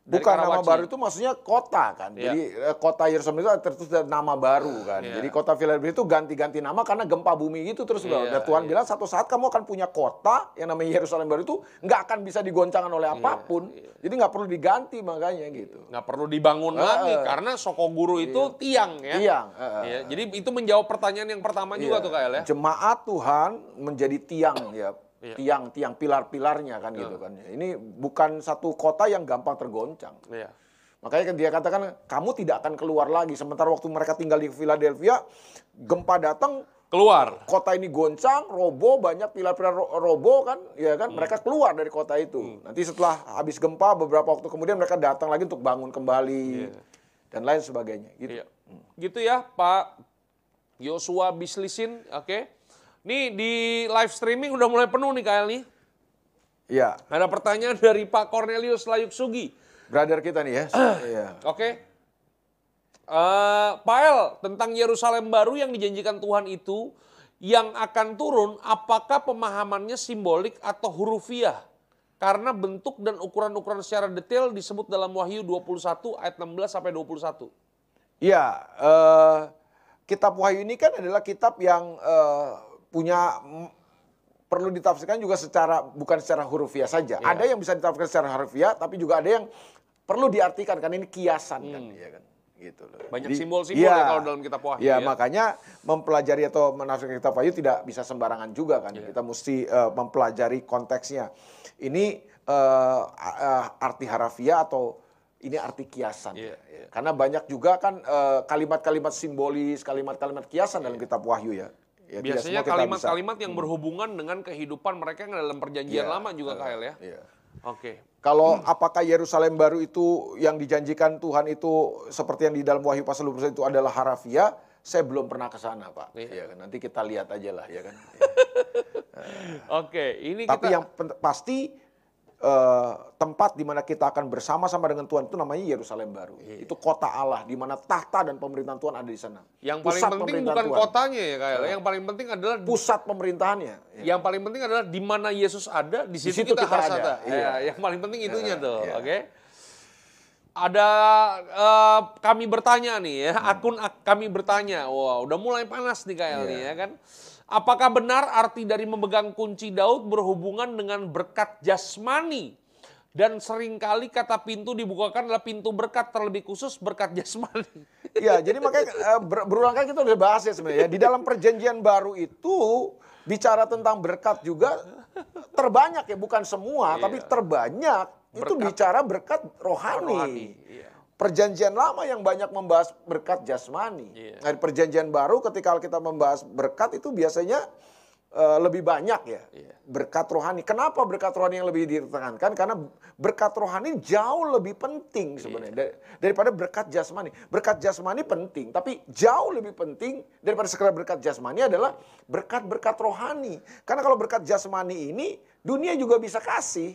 Dari Bukan nama Karawaci. baru itu maksudnya kota kan. Iya. Jadi kota Yerusalem itu tertulis nama baru kan. Iya. Jadi kota Philadelphia itu ganti-ganti nama karena gempa bumi gitu terus. Iya, Dan Tuhan iya. bilang satu saat kamu akan punya kota yang namanya Yerusalem baru itu nggak akan bisa digoncangkan oleh apapun. Jadi nggak perlu diganti makanya gitu. Nggak perlu dibangun lagi karena Sokoguru itu tiang ya. Tiang. Iya, jadi itu menjawab pertanyaan yang pertama juga tuh Kael ya. Jemaat Tuhan menjadi tiang ya. Tiang-tiang pilar-pilarnya kan gitu kan. Ini bukan satu kota yang gampang tergoncang. Iya. Makanya dia katakan kamu tidak akan keluar lagi. Sementara waktu mereka tinggal di Philadelphia, gempa datang, Keluar. kota ini goncang, roboh, banyak pilar-pilar roboh kan, ya kan. Mereka keluar dari kota itu. Nanti setelah habis gempa beberapa waktu kemudian mereka datang lagi untuk bangun kembali dan lain sebagainya. Gitu. Iya. Gitu ya Pak Yosua Bislisin, oke. Nih di live streaming udah mulai penuh nih Kael nih. Iya. Ada pertanyaan dari Pak Cornelius Layuk Sugi. Brother kita nih ya. Iya. Oke. Pak El, tentang Yerusalem baru yang dijanjikan Tuhan itu yang akan turun, apakah pemahamannya simbolik atau hurufiah? Karena bentuk dan ukuran-ukuran secara detail disebut dalam Wahyu 21 ayat 16 sampai 21. Iya, kitab Wahyu ini kan adalah kitab yang punya perlu ditafsirkan juga bukan secara hurufiah saja. Iya. Ada yang bisa ditafsirkan secara hurufiah, tapi juga ada yang perlu diartikan karena ini kiasan kan, ya kan. Gitu loh. Banyak simbol-simbol ya kalau dalam kitab Wahyu. Ya, makanya mempelajari atau menafsirkan kitab Wahyu tidak bisa sembarangan juga kan. Kita mesti mempelajari konteksnya. Ini arti harafiah atau ini arti kiasan. Karena banyak juga kan kalimat-kalimat simbolis, kalimat-kalimat kiasan dalam kitab Wahyu ya. Ya, biasanya kalimat-kalimat yang berhubungan dengan kehidupan mereka yang dalam perjanjian lama juga Kael ya. Oke. Kalau apakah Yerusalem baru itu yang dijanjikan Tuhan itu seperti yang di dalam Wahyu pasal 21 itu adalah harafiah, saya belum pernah ke sana, Pak. Ya, kan? Nanti kita lihat aja lah, ya kan. Oke, ini Tapi kita... yang pasti tempat di mana kita akan bersama-sama dengan Tuhan itu namanya Yerusalem baru. Itu kota Allah di mana tahta dan pemerintahan Tuhan ada di sana. Yang paling penting bukan kotanya ya Kael. Yang paling penting adalah pusat pemerintahannya. Yang paling penting adalah di mana Yesus ada, di situ kita harus ada. Ya, yang paling penting itunya tuh, oke? Ada kami bertanya nih ya, akun kami bertanya. Wah, udah mulai panas nih Kael nih ya kan. Apakah benar arti dari memegang kunci Daud berhubungan dengan berkat jasmani? Dan seringkali kata pintu dibukakan adalah pintu berkat, terlebih khusus berkat jasmani. Iya, jadi makanya berulang kali kita udah bahas ya sebenarnya. Di dalam perjanjian baru itu bicara tentang berkat juga terbanyak ya, bukan semua, tapi terbanyak itu bicara berkat rohani. Perjanjian lama yang banyak membahas berkat jasmani. Nah, di perjanjian baru ketika kita membahas berkat itu biasanya lebih banyak ya. Berkat rohani. Kenapa berkat rohani yang lebih ditekankan? Karena berkat rohani jauh lebih penting sebenarnya daripada berkat jasmani. Berkat jasmani penting, tapi jauh lebih penting daripada sekedar berkat jasmani adalah berkat-berkat rohani. Karena kalau berkat jasmani ini dunia juga bisa kasih.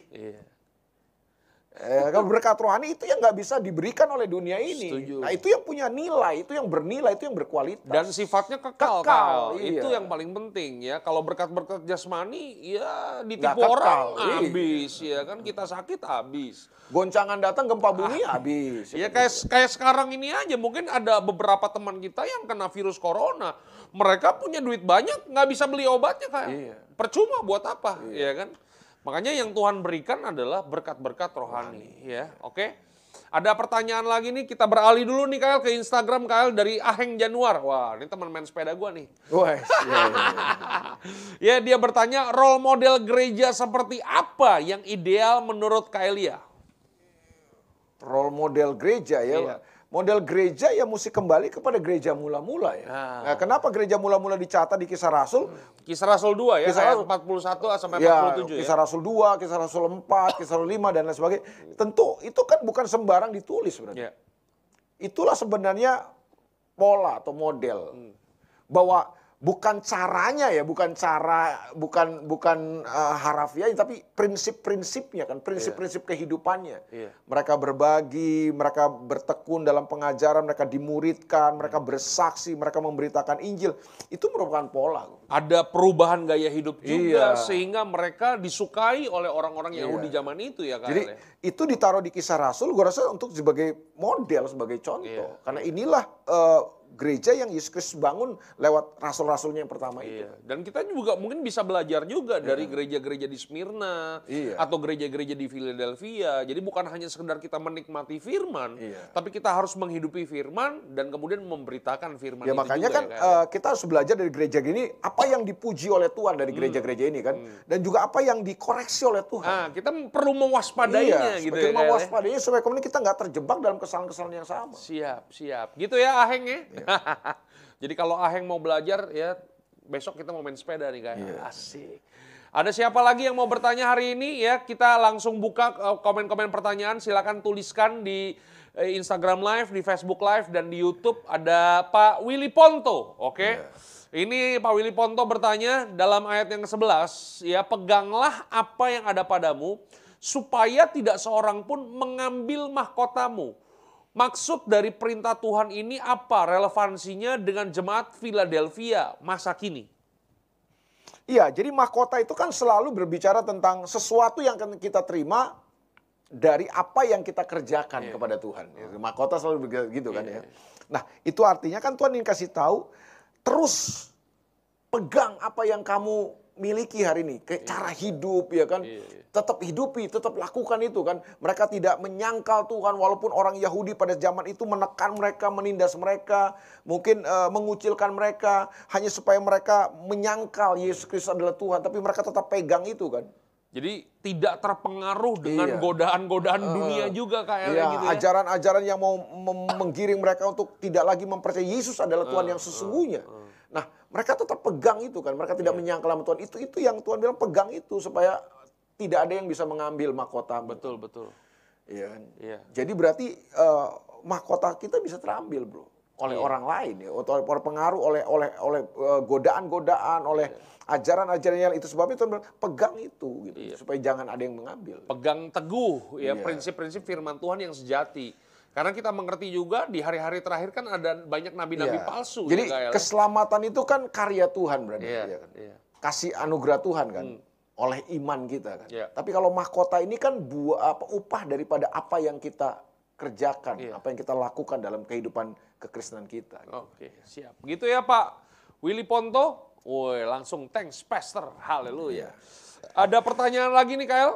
Kalau berkat rohani itu yang nggak bisa diberikan oleh dunia ini. Setuju. Nah itu yang punya nilai, itu yang bernilai, itu yang berkualitas. Dan sifatnya kekal. Iya. Itu yang paling penting ya. Kalau berkat-berkat jasmani ya ditipu Nggak orang kekal, habis ya kan, kita sakit habis. Goncangan datang gempa bumi habis. Ya kayak sekarang ini aja, mungkin ada beberapa teman kita yang kena virus corona. Mereka punya duit banyak, nggak bisa beli obatnya kayak. Percuma buat apa, ya kan? Makanya yang Tuhan berikan adalah berkat-berkat rohani. Ya, oke. Ada pertanyaan lagi nih, kita beralih dulu nih Kael ke Instagram Kael dari Aheng Januar. Wah, ini teman main sepeda gua nih. Wah, Ya, dia bertanya role model gereja seperti apa yang ideal menurut Kaelia? Role model gereja ya, Pak. Model gereja ya mesti kembali kepada gereja mula-mula ya. Nah, kenapa gereja mula-mula dicatat di Kisah Rasul? Kisah Rasul 2 ya, Kisah ayat 41 sampai 47 ya. Kisah Rasul 2, Kisah Rasul 4, Kisah Rasul 5 dan lain sebagainya. Tentu itu kan bukan sembarang ditulis sebenarnya. Itulah sebenarnya pola atau model. Bahwa bukan caranya ya, bukan harafiah, tapi prinsip-prinsipnya kan, prinsip-prinsip kehidupannya. Mereka berbagi, mereka bertekun dalam pengajaran, mereka dimuridkan, mereka bersaksi, mereka memberitakan Injil. Itu merupakan pola. Ada perubahan gaya hidup juga sehingga mereka disukai oleh orang-orang Yahudi zaman itu ya Kak. Jadi itu ditaruh di Kisah Rasul, gue rasa untuk sebagai model, sebagai contoh. Karena inilah gereja yang Yesus Kristus bangun lewat rasul-rasulnya yang pertama itu. Dan kita juga mungkin bisa belajar juga dari gereja-gereja di Smyrna atau gereja-gereja di Philadelphia. Jadi bukan hanya sekedar kita menikmati firman, tapi kita harus menghidupi firman dan kemudian memberitakan firman itu makanya juga. Kan kita harus belajar dari gereja gini, apa yang dipuji oleh Tuhan dari gereja-gereja ini kan, dan juga apa yang dikoreksi oleh Tuhan. Nah, kita perlu mewaspadainya gitu ya. Mewaspadainya supaya kemudian kita nggak terjebak dalam kesalahan-kesalahan yang sama. Siap. Gitu ya Aheng ya. Jadi kalau Aheng mau belajar ya besok kita mau main sepeda nih kayak asik. Ada siapa lagi yang mau bertanya hari ini ya? Kita langsung buka komen-komen pertanyaan. Silakan tuliskan di Instagram Live, di Facebook Live dan di YouTube. Ada Pak Willy Ponto, oke? Ini Pak Willy Ponto bertanya dalam ayat yang ke-11 ya, peganglah apa yang ada padamu supaya tidak seorang pun mengambil mahkotamu. Maksud dari perintah Tuhan ini apa? Relevansinya dengan jemaat Philadelphia masa kini? Iya, jadi mahkota itu kan selalu berbicara tentang sesuatu yang kita terima dari apa yang kita kerjakan kepada Tuhan. Mahkota selalu begitu kan ya. Nah, itu artinya kan Tuhan ingin kasih tahu, terus pegang apa yang kamu miliki hari ini, kayak cara hidup ya kan. Tetap hidupi, tetap lakukan itu kan. Mereka tidak menyangkal Tuhan walaupun orang Yahudi pada zaman itu menekan mereka, menindas mereka, mungkin mengucilkan mereka hanya supaya mereka menyangkal Yesus Kristus adalah Tuhan, tapi mereka tetap pegang itu kan. Jadi tidak terpengaruh dengan godaan-godaan dunia juga kayak gitu ya. Ajaran-ajaran yang mau menggiring mereka untuk tidak lagi mempercayai Yesus adalah Tuhan yang sesungguhnya. Nah, mereka tetap pegang itu kan. Mereka tidak menyangkal sama Tuhan. Itu yang Tuhan bilang, pegang itu supaya tidak ada yang bisa mengambil mahkota. Betul. Iya kan? Jadi berarti mahkota kita bisa terambil, bro, oleh orang lain ya, oleh pengaruh, oleh godaan-godaan, oleh ajaran-ajaran yang itu, sebabnya Tuhan bilang pegang itu gitu, supaya jangan ada yang mengambil. Pegang teguh ya prinsip-prinsip firman Tuhan yang sejati. Karena kita mengerti juga di hari-hari terakhir kan ada banyak nabi-nabi palsu. Jadi ya, keselamatan itu kan karya Tuhan berarti. Kan? Kasih anugerah Tuhan kan. Oleh iman kita kan. Tapi kalau mahkota ini kan upah daripada apa yang kita kerjakan, apa yang kita lakukan dalam kehidupan kekristenan kita. Gitu. Oke, siap. Gitu ya Pak Willy Ponto. Woi, langsung thanks Pastor. Haleluya. Ada pertanyaan lagi nih Kael.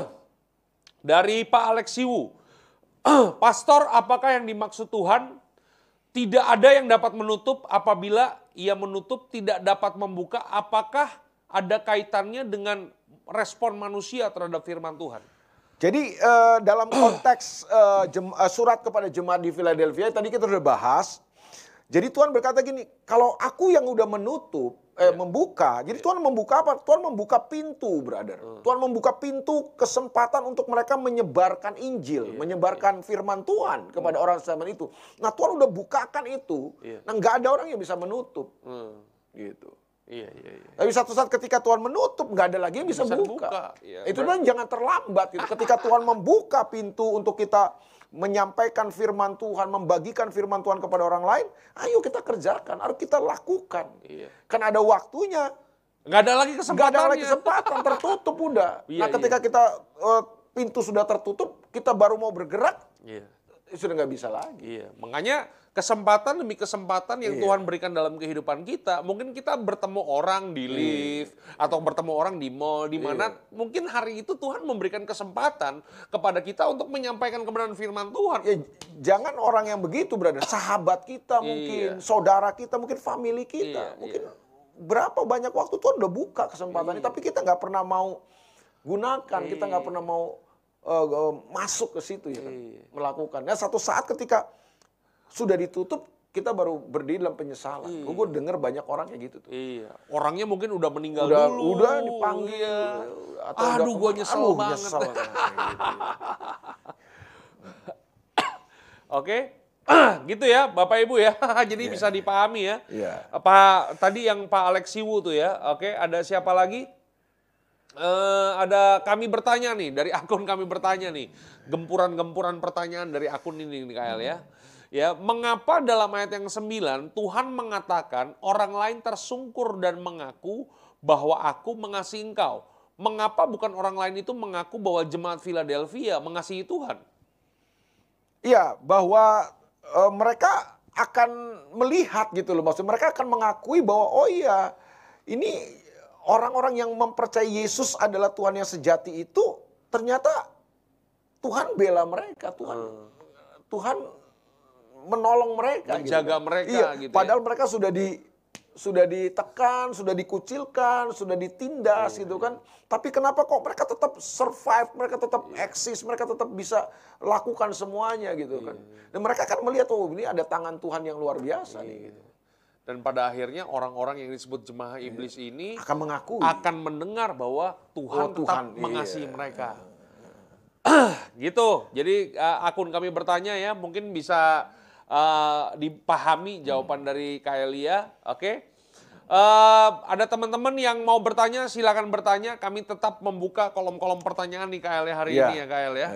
Dari Pak Alexiwu. Pastor, apakah yang dimaksud Tuhan tidak ada yang dapat menutup apabila ia menutup tidak dapat membuka? Apakah ada kaitannya dengan respon manusia terhadap firman Tuhan? Jadi dalam konteks surat kepada jemaat di Philadelphia, tadi kita sudah bahas. Jadi Tuhan berkata gini, kalau aku yang udah menutup, membuka, jadi Tuhan membuka apa? Tuhan membuka pintu, brother. Tuhan membuka pintu kesempatan untuk mereka menyebarkan Injil, menyebarkan firman Tuhan kepada orang zaman itu. Nah Tuhan udah bukakan itu, nah nggak ada orang yang bisa menutup. Gitu. Tapi satu saat ketika Tuhan menutup, nggak ada lagi yang bisa buka. Itu dan jangan terlambat. Gitu. Ketika Tuhan membuka pintu untuk kita menyampaikan firman Tuhan, membagikan firman Tuhan kepada orang lain, ayo kita kerjakan, harus kita lakukan. Kan ada waktunya. Nggak ada lagi kesempatan. Nggak ada lagi kesempatan, tertutup udah. Nah ketika kita pintu sudah tertutup, kita baru mau bergerak, sudah nggak bisa lagi. Makanya kesempatan demi kesempatan yang Tuhan berikan dalam kehidupan kita, mungkin kita bertemu orang di lift atau bertemu orang di mall, di mana mungkin hari itu Tuhan memberikan kesempatan kepada kita untuk menyampaikan kebenaran firman Tuhan. Jangan orang yang begitu, brother, sahabat kita mungkin, saudara kita, mungkin family kita, mungkin berapa banyak waktu Tuhan udah buka kesempatan ini, tapi kita nggak pernah mau gunakan, kita nggak pernah mau masuk ke situ ya kan, melakukan. Nah satu saat ketika sudah ditutup, kita baru berdiri dalam penyesalan. Gue dengar banyak orang kayak gitu tuh. Orangnya mungkin udah meninggal dulu. Udah dipanggil. Atau aduh, gue nyesel banget. Nyesel, Oke. Gitu ya Bapak Ibu ya. Jadi bisa dipahami ya. Apa tadi yang Pak Alexiwu tuh ya. Oke, ada siapa lagi? Ada kami bertanya nih, dari akun kami bertanya nih. Gempuran-gempuran pertanyaan dari akun ini nih KL ya. Ya, mengapa dalam ayat yang 9 Tuhan mengatakan orang lain tersungkur dan mengaku bahwa aku mengasihi engkau. Mengapa bukan orang lain itu mengaku bahwa jemaat Philadelphia mengasihi Tuhan? Iya, bahwa mereka akan melihat gitu loh. Maksud mereka akan mengakui bahwa oh iya, ini orang-orang yang mempercayai Yesus adalah Tuhan yang sejati itu ternyata Tuhan bela mereka, Tuhan menolong mereka, menjaga gitu. mereka Iya, gitu. Padahal mereka sudah ditekan, sudah dikucilkan, sudah ditindas gitu kan. Tapi kenapa kok mereka tetap survive, mereka tetap eksis, mereka tetap bisa lakukan semuanya gitu kan. Dan mereka kan melihat oh ini ada tangan Tuhan yang luar biasa nih gitu. Dan pada akhirnya orang-orang yang disebut jemaah iblis ini Akan mengakui, akan mendengar bahwa Tuhan tetap Tuhan, mengasihi mereka. Gitu. Jadi akun kami bertanya ya, mungkin bisa dipahami jawaban dari Kaelia. Oke. Ada teman-teman yang mau bertanya, silakan bertanya. Kami tetap membuka kolom-kolom pertanyaan nih KL hari ini ya KL ya.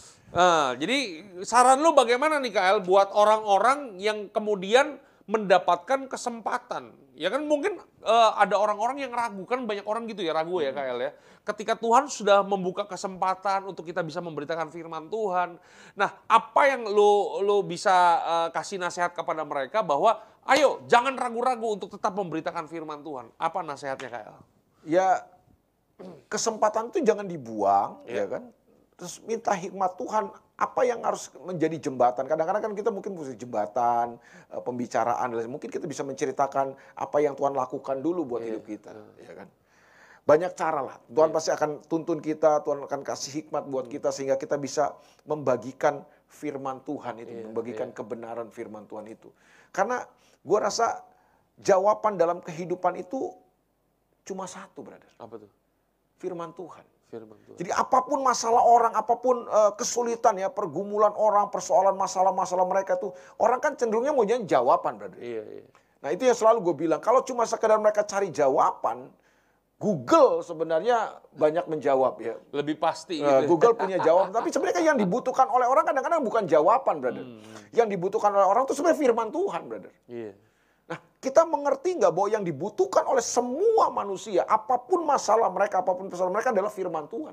Jadi saran lu bagaimana nih KL buat orang-orang yang kemudian mendapatkan kesempatan. Ya kan mungkin ada orang-orang yang ragu, kan banyak orang gitu ya ragu ya KL ya. Ketika Tuhan sudah membuka kesempatan untuk kita bisa memberitakan firman Tuhan. Nah, apa yang lu bisa kasih nasihat kepada mereka bahwa ayo jangan ragu-ragu untuk tetap memberitakan firman Tuhan. Apa nasihatnya KL? Ya kesempatan itu jangan dibuang, ya kan. Terus minta hikmat Tuhan, apa yang harus menjadi jembatan. Kadang-kadang kan kita mungkin butuh jembatan, pembicaraan, mungkin kita bisa menceritakan apa yang Tuhan lakukan dulu buat hidup kita, ya kan. Banyak cara lah, Tuhan pasti akan tuntun kita, Tuhan akan kasih hikmat buat kita sehingga kita bisa membagikan firman Tuhan itu, membagikan kebenaran firman Tuhan itu. Karena gue rasa jawaban dalam kehidupan itu cuma satu, brother. Apa tuh? Firman Tuhan. Firman Tuhan. Jadi apapun masalah orang, apapun kesulitan ya, pergumulan orang, persoalan masalah-masalah mereka tuh, orang kan cenderungnya mau jawaban, brother. Nah itu yang selalu gue bilang, kalau cuma sekedar mereka cari jawaban, Google sebenarnya banyak menjawab ya. Lebih pasti gitu. Google punya jawaban, tapi sebenarnya yang dibutuhkan oleh orang kadang-kadang bukan jawaban, brother. Yang dibutuhkan oleh orang itu sebenarnya firman Tuhan, brother. Nah, kita mengerti nggak bahwa yang dibutuhkan oleh semua manusia, apapun masalah mereka, apapun persoalan mereka adalah firman Tuhan.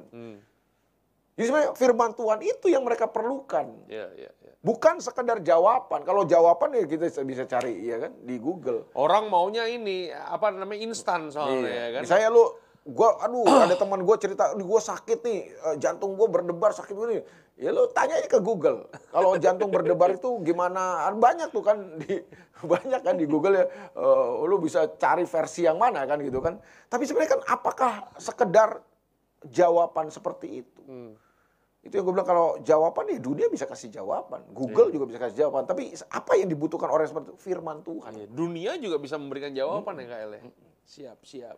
Jadi sebenarnya firman Tuhan itu yang mereka perlukan. Bukan sekedar jawaban. Kalau jawaban ya kita bisa cari ya kan di Google. Orang maunya ini apa namanya instan soalnya ya kan. Misalnya ada teman gue cerita, gue sakit nih, jantung gue berdebar sakit gini. Ya lu tanya aja ke Google. Kalau jantung berdebar itu gimana? Banyak tuh kan banyak kan di Google ya. Lu bisa cari versi yang mana kan gitu kan. Tapi sebenarnya kan apakah sekedar jawaban seperti itu? Itu yang gue bilang, kalau jawaban ya dunia bisa kasih jawaban. Google juga bisa kasih jawaban. Tapi apa yang dibutuhkan orang seperti itu? Firman Tuhan. Dunia juga bisa memberikan jawaban ya KL ya. Siap.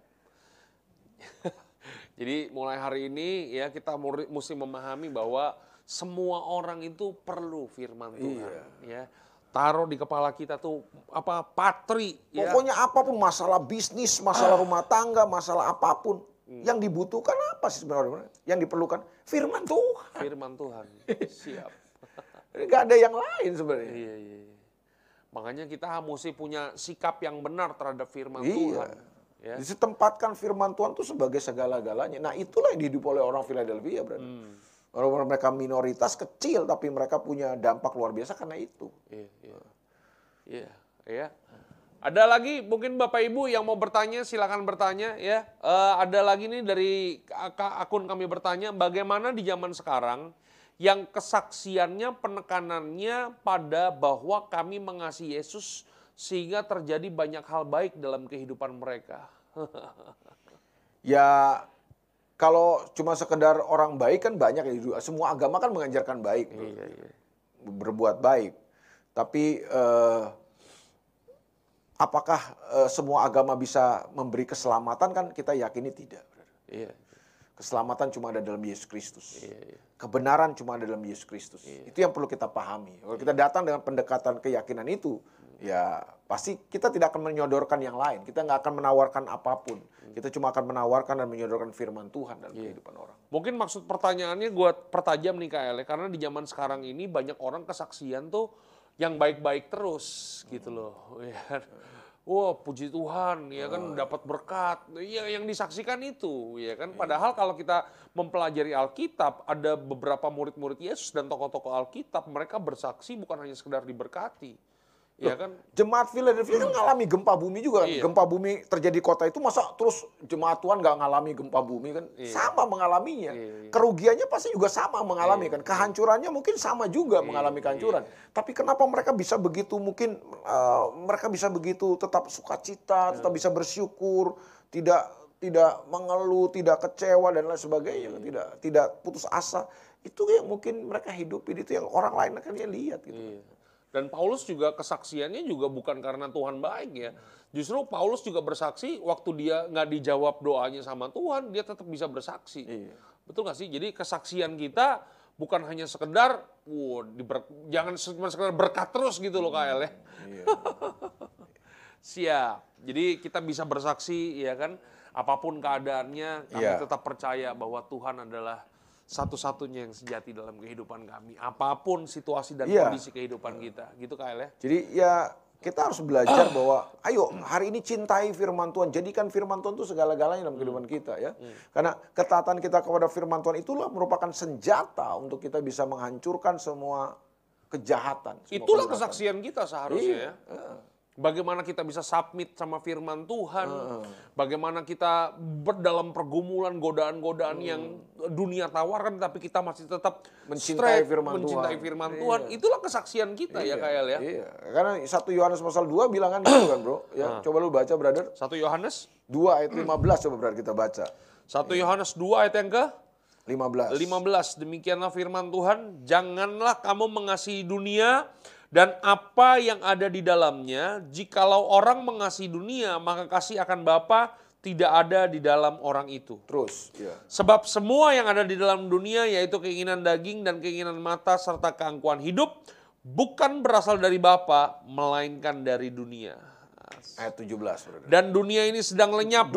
Jadi mulai hari ini ya kita mesti memahami bahwa semua orang itu perlu firman Tuhan. Ya. Taruh di kepala kita tuh patri. Pokoknya apapun, masalah bisnis, masalah rumah tangga, masalah apapun. Yang dibutuhkan apa sih sebenarnya? Yang diperlukan firman Tuhan. Firman Tuhan. Siap. Gak ada yang lain sebenarnya. Iya. Makanya kita mesti punya sikap yang benar terhadap firman Tuhan. Ya. Ditempatkan firman Tuhan itu sebagai segala-galanya. Nah itulah yang dihidup oleh orang Philadelphia, brother. Walaupun mereka minoritas kecil, tapi mereka punya dampak luar biasa karena itu. Iya. Ada lagi mungkin Bapak Ibu yang mau bertanya, silakan bertanya ya. Ada lagi nih dari akun kami bertanya, bagaimana di zaman sekarang yang kesaksiannya, penekanannya pada bahwa kami mengasihi Yesus sehingga terjadi banyak hal baik dalam kehidupan mereka. Ya kalau cuma sekedar orang baik kan banyak ya. Semua agama kan mengajarkan baik. Berbuat baik. Tapi apakah semua agama bisa memberi keselamatan kan kita yakini tidak. Keselamatan cuma ada dalam Yesus Kristus. Kebenaran cuma ada dalam Yesus Kristus. Itu yang perlu kita pahami. Kalau kita datang dengan pendekatan keyakinan itu, ya pasti kita tidak akan menyodorkan yang lain. Kita nggak akan menawarkan apapun. Kita cuma akan menawarkan dan menyodorkan firman Tuhan dalam kehidupan orang. Mungkin maksud pertanyaannya gue pertajam nih Kak Ele, karena di zaman sekarang ini banyak orang kesaksian tuh yang baik-baik terus gitu loh. Ya. Wah, puji Tuhan, ya kan dapat berkat. Ya, yang disaksikan itu, ya kan. Padahal kalau kita mempelajari Alkitab, ada beberapa murid-murid Yesus dan tokoh-tokoh Alkitab, mereka bersaksi bukan hanya sekedar diberkati. Ya kan? Jemaat Philadelphia kan ngalami gempa bumi juga. Gempa bumi terjadi kota itu, masa terus jemaat Tuhan nggak ngalami gempa bumi kan? Sama mengalaminya. Kerugiannya pasti juga sama mengalami kan. Kehancurannya mungkin sama juga mengalami kehancuran. Tapi kenapa mereka bisa begitu, mungkin mereka bisa begitu tetap sukacita, tetap bisa bersyukur, tidak mengeluh, tidak kecewa dan lain sebagainya, tidak putus asa. Itu yang mungkin mereka hidupi, itu yang orang lain akan lihat gitu. Dan Paulus juga kesaksiannya juga bukan karena Tuhan baik ya. Justru Paulus juga bersaksi waktu dia nggak dijawab doanya sama Tuhan, dia tetap bisa bersaksi. Betul nggak sih? Jadi kesaksian kita bukan hanya sekedar, jangan cuma sekedar berkat terus gitu loh Kak El ya. Siap. Jadi kita bisa bersaksi ya kan, apapun keadaannya kami tetap percaya bahwa Tuhan adalah satu-satunya yang sejati dalam kehidupan kami. Apapun situasi dan kondisi kehidupan kita. Gitu Kak El ya. Jadi ya kita harus belajar bahwa ayo hari ini cintai firman Tuhan. Jadikan firman Tuhan itu segala-galanya dalam kehidupan kita ya. Karena ketaatan kita kepada firman Tuhan itulah merupakan senjata untuk kita bisa menghancurkan semua kejahatan. Itulah kesaksian kita seharusnya ya. Bagaimana kita bisa submit sama firman Tuhan, bagaimana kita dalam pergumulan, godaan-godaan yang dunia tawarkan, tapi kita masih tetap mencintai firman Tuhan. Itulah kesaksian kita ya Kak El ya. Karena 1 Yohanes pasal 2 bilangan gitu kan bro. Ya, coba lu baca brother. 1 Yohanes 2 ayat 15 coba brother kita baca. 1 Yohanes 2 ayat yang ke 15. Demikianlah firman Tuhan, janganlah kamu mengasihi dunia dan apa yang ada di dalamnya. Jikalau orang mengasihi dunia, maka kasih akan Bapa tidak ada di dalam orang itu. Terus, Sebab semua yang ada di dalam dunia, yaitu keinginan daging dan keinginan mata serta keangkuhan hidup, bukan berasal dari Bapa, melainkan dari dunia. Ayat 17. Dan dunia ini sedang lenyap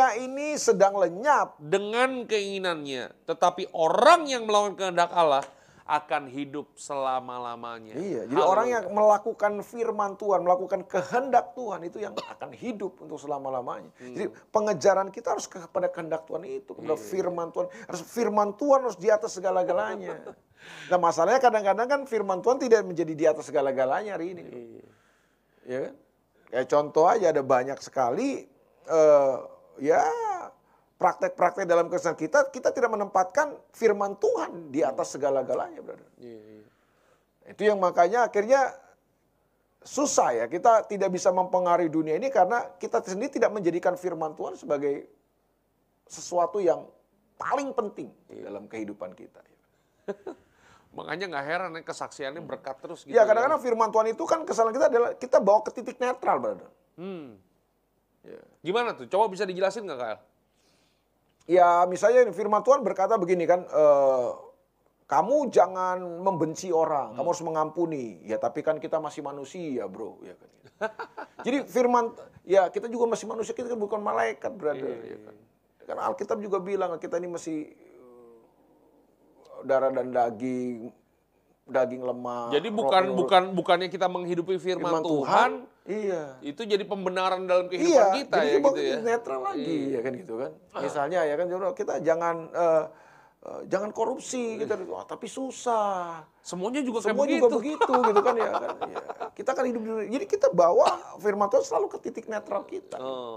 dengan keinginannya. Tetapi orang yang melakukan kehendak Allah akan hidup selama-lamanya. Iya, jadi orang yang melakukan firman Tuhan, melakukan kehendak Tuhan itu yang akan hidup untuk selama-lamanya. Jadi pengejaran kita harus kepada kehendak Tuhan itu, kepada firman Tuhan. Firman Tuhan harus di atas segala-galanya. Nah masalahnya kadang-kadang kan firman Tuhan tidak menjadi di atas segala-galanya hari ini. Ya kan? Kayak contoh aja ada banyak sekali praktek-praktek dalam keseharian kita tidak menempatkan firman Tuhan di atas segala-galanya, brother. Itu yang makanya akhirnya susah ya, kita tidak bisa mempengaruhi dunia ini karena kita sendiri tidak menjadikan firman Tuhan sebagai sesuatu yang paling penting dalam kehidupan kita. Makanya nggak heran ya kesaksiannya berkat terus gitu. Ya kadang-kadang firman Tuhan itu kan kesalahan kita adalah kita bawa ke titik netral, brother. Gimana tuh? Coba bisa dijelasin nggak Kak El? Ya misalnya firman Tuhan berkata begini kan, kamu jangan membenci orang, kamu harus mengampuni. Ya tapi kan kita masih manusia bro. Ya kan? Jadi firman, ya kita juga masih manusia, kita kan bukan malaikat brother. Karena Alkitab juga bilang kita ini masih darah dan daging lemah. Jadi bukannya kita menghidupi firman Tuhan, itu jadi pembenaran dalam kehidupan kita jadi ya gitu ya. Netral lagi ya kan gitu kan. Misalnya ya kan kita jangan korupsi gitu. Tapi susah. Semuanya juga begitu gitu kan ya kan. Ya. Kita kan hidup di, jadi kita bawa firman Tuhan selalu ke titik netral kita.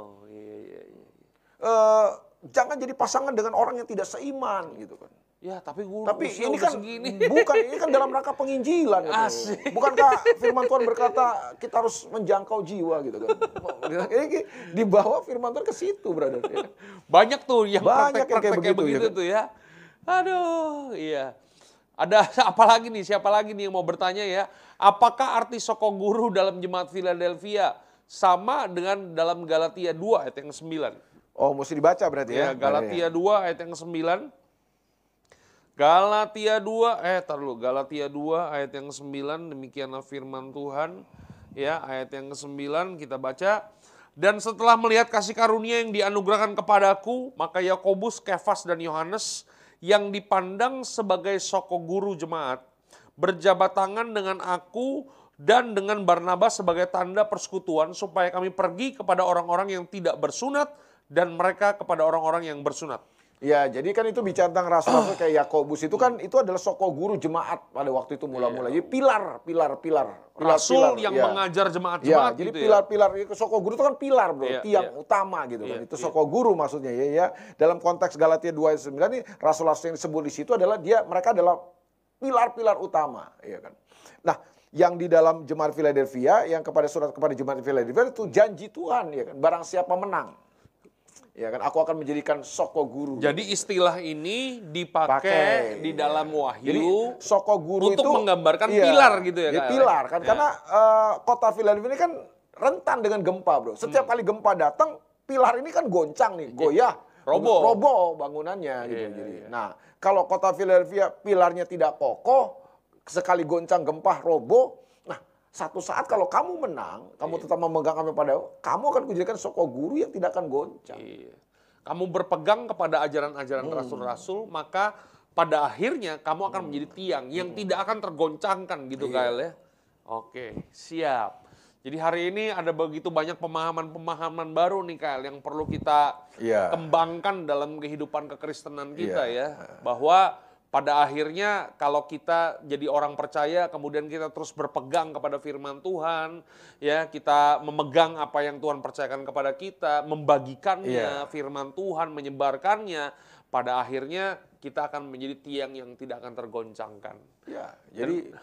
Jangan jadi pasangan dengan orang yang tidak seiman gitu kan. Ya tapi ini kan ini kan dalam rangka penginjilan gitu. Bukankah firman Tuhan berkata kita harus menjangkau jiwa gitu kan. Ini dibawa firman Tuhan ke situ brother. Banyak tuh yang praktek-praktek kayak begitu tuh ya. Aduh, iya. Ada siapa lagi nih yang mau bertanya ya. Apakah arti soko guru dalam jemaat Philadelphia sama dengan dalam Galatia 2 ayat yang 9? Oh, mesti dibaca berarti ya. Ya, Galatia 2 ayat yang 9. Galatia 2, Galatia 2 ayat yang 9, demikianlah firman Tuhan. Ya, ayat yang ke-9 kita baca. Dan setelah melihat kasih karunia yang dianugerahkan kepadaku, maka Yakobus, Kefas, dan Yohanes yang dipandang sebagai soko guru jemaat, berjabat tangan dengan aku dan dengan Barnabas sebagai tanda persekutuan, supaya kami pergi kepada orang-orang yang tidak bersunat dan mereka kepada orang-orang yang bersunat. Ya, jadi kan itu bicara tentang rasul-rasul kayak Yakobus itu kan itu adalah soko guru jemaat pada waktu itu mula-mula. Jadi pilar. Rasul yang ya. mengajar jemaat-jemaat jadi gitu pilar-pilar, soko guru itu kan pilar, bro, Iya, tiang iya. utama gitu kan. Iya, Itu iya. soko guru maksudnya ya. Dalam konteks Galatia 2 ayat 9 ini rasul-rasul yang disebut di situ adalah mereka adalah pilar-pilar utama, ya kan. Nah, yang di dalam jemaat Philadelphia, yang surat kepada jemaat Philadelphia itu janji Tuhan, ya kan. Barang siapa menang, ya kan, aku akan menjadikan soko guru. Jadi istilah ini dipakai di dalam Wahyu. Jadi soko guru untuk itu menggambarkan pilar gitu ya, Kak. pilar kan, karena kota Philadelphia ini kan rentan dengan gempa, bro. Setiap kali gempa datang, pilar ini kan goncang nih, goyah, roboh bangunannya gitu. Jadi, nah kalau kota Philadelphia pilarnya tidak kokoh, sekali goncang gempa roboh. Satu saat kalau kamu menang, kamu tetap memegang kami pada, kamu akan kujadikan soko guru yang tidak akan goncang. Kamu berpegang kepada ajaran-ajaran rasul-rasul, maka pada akhirnya kamu akan menjadi tiang yang tidak akan tergoncangkan gitu, Kael ya. Oke, siap. Jadi hari ini ada begitu banyak pemahaman-pemahaman baru nih, Kael, yang perlu kita kembangkan dalam kehidupan kekristenan kita ya. Bahwa pada akhirnya kalau kita jadi orang percaya, kemudian kita terus berpegang kepada firman Tuhan, ya kita memegang apa yang Tuhan percayakan kepada kita, membagikannya firman Tuhan, menyebarkannya, pada akhirnya kita akan menjadi tiang yang tidak akan tergoncangkan. Ya, jadi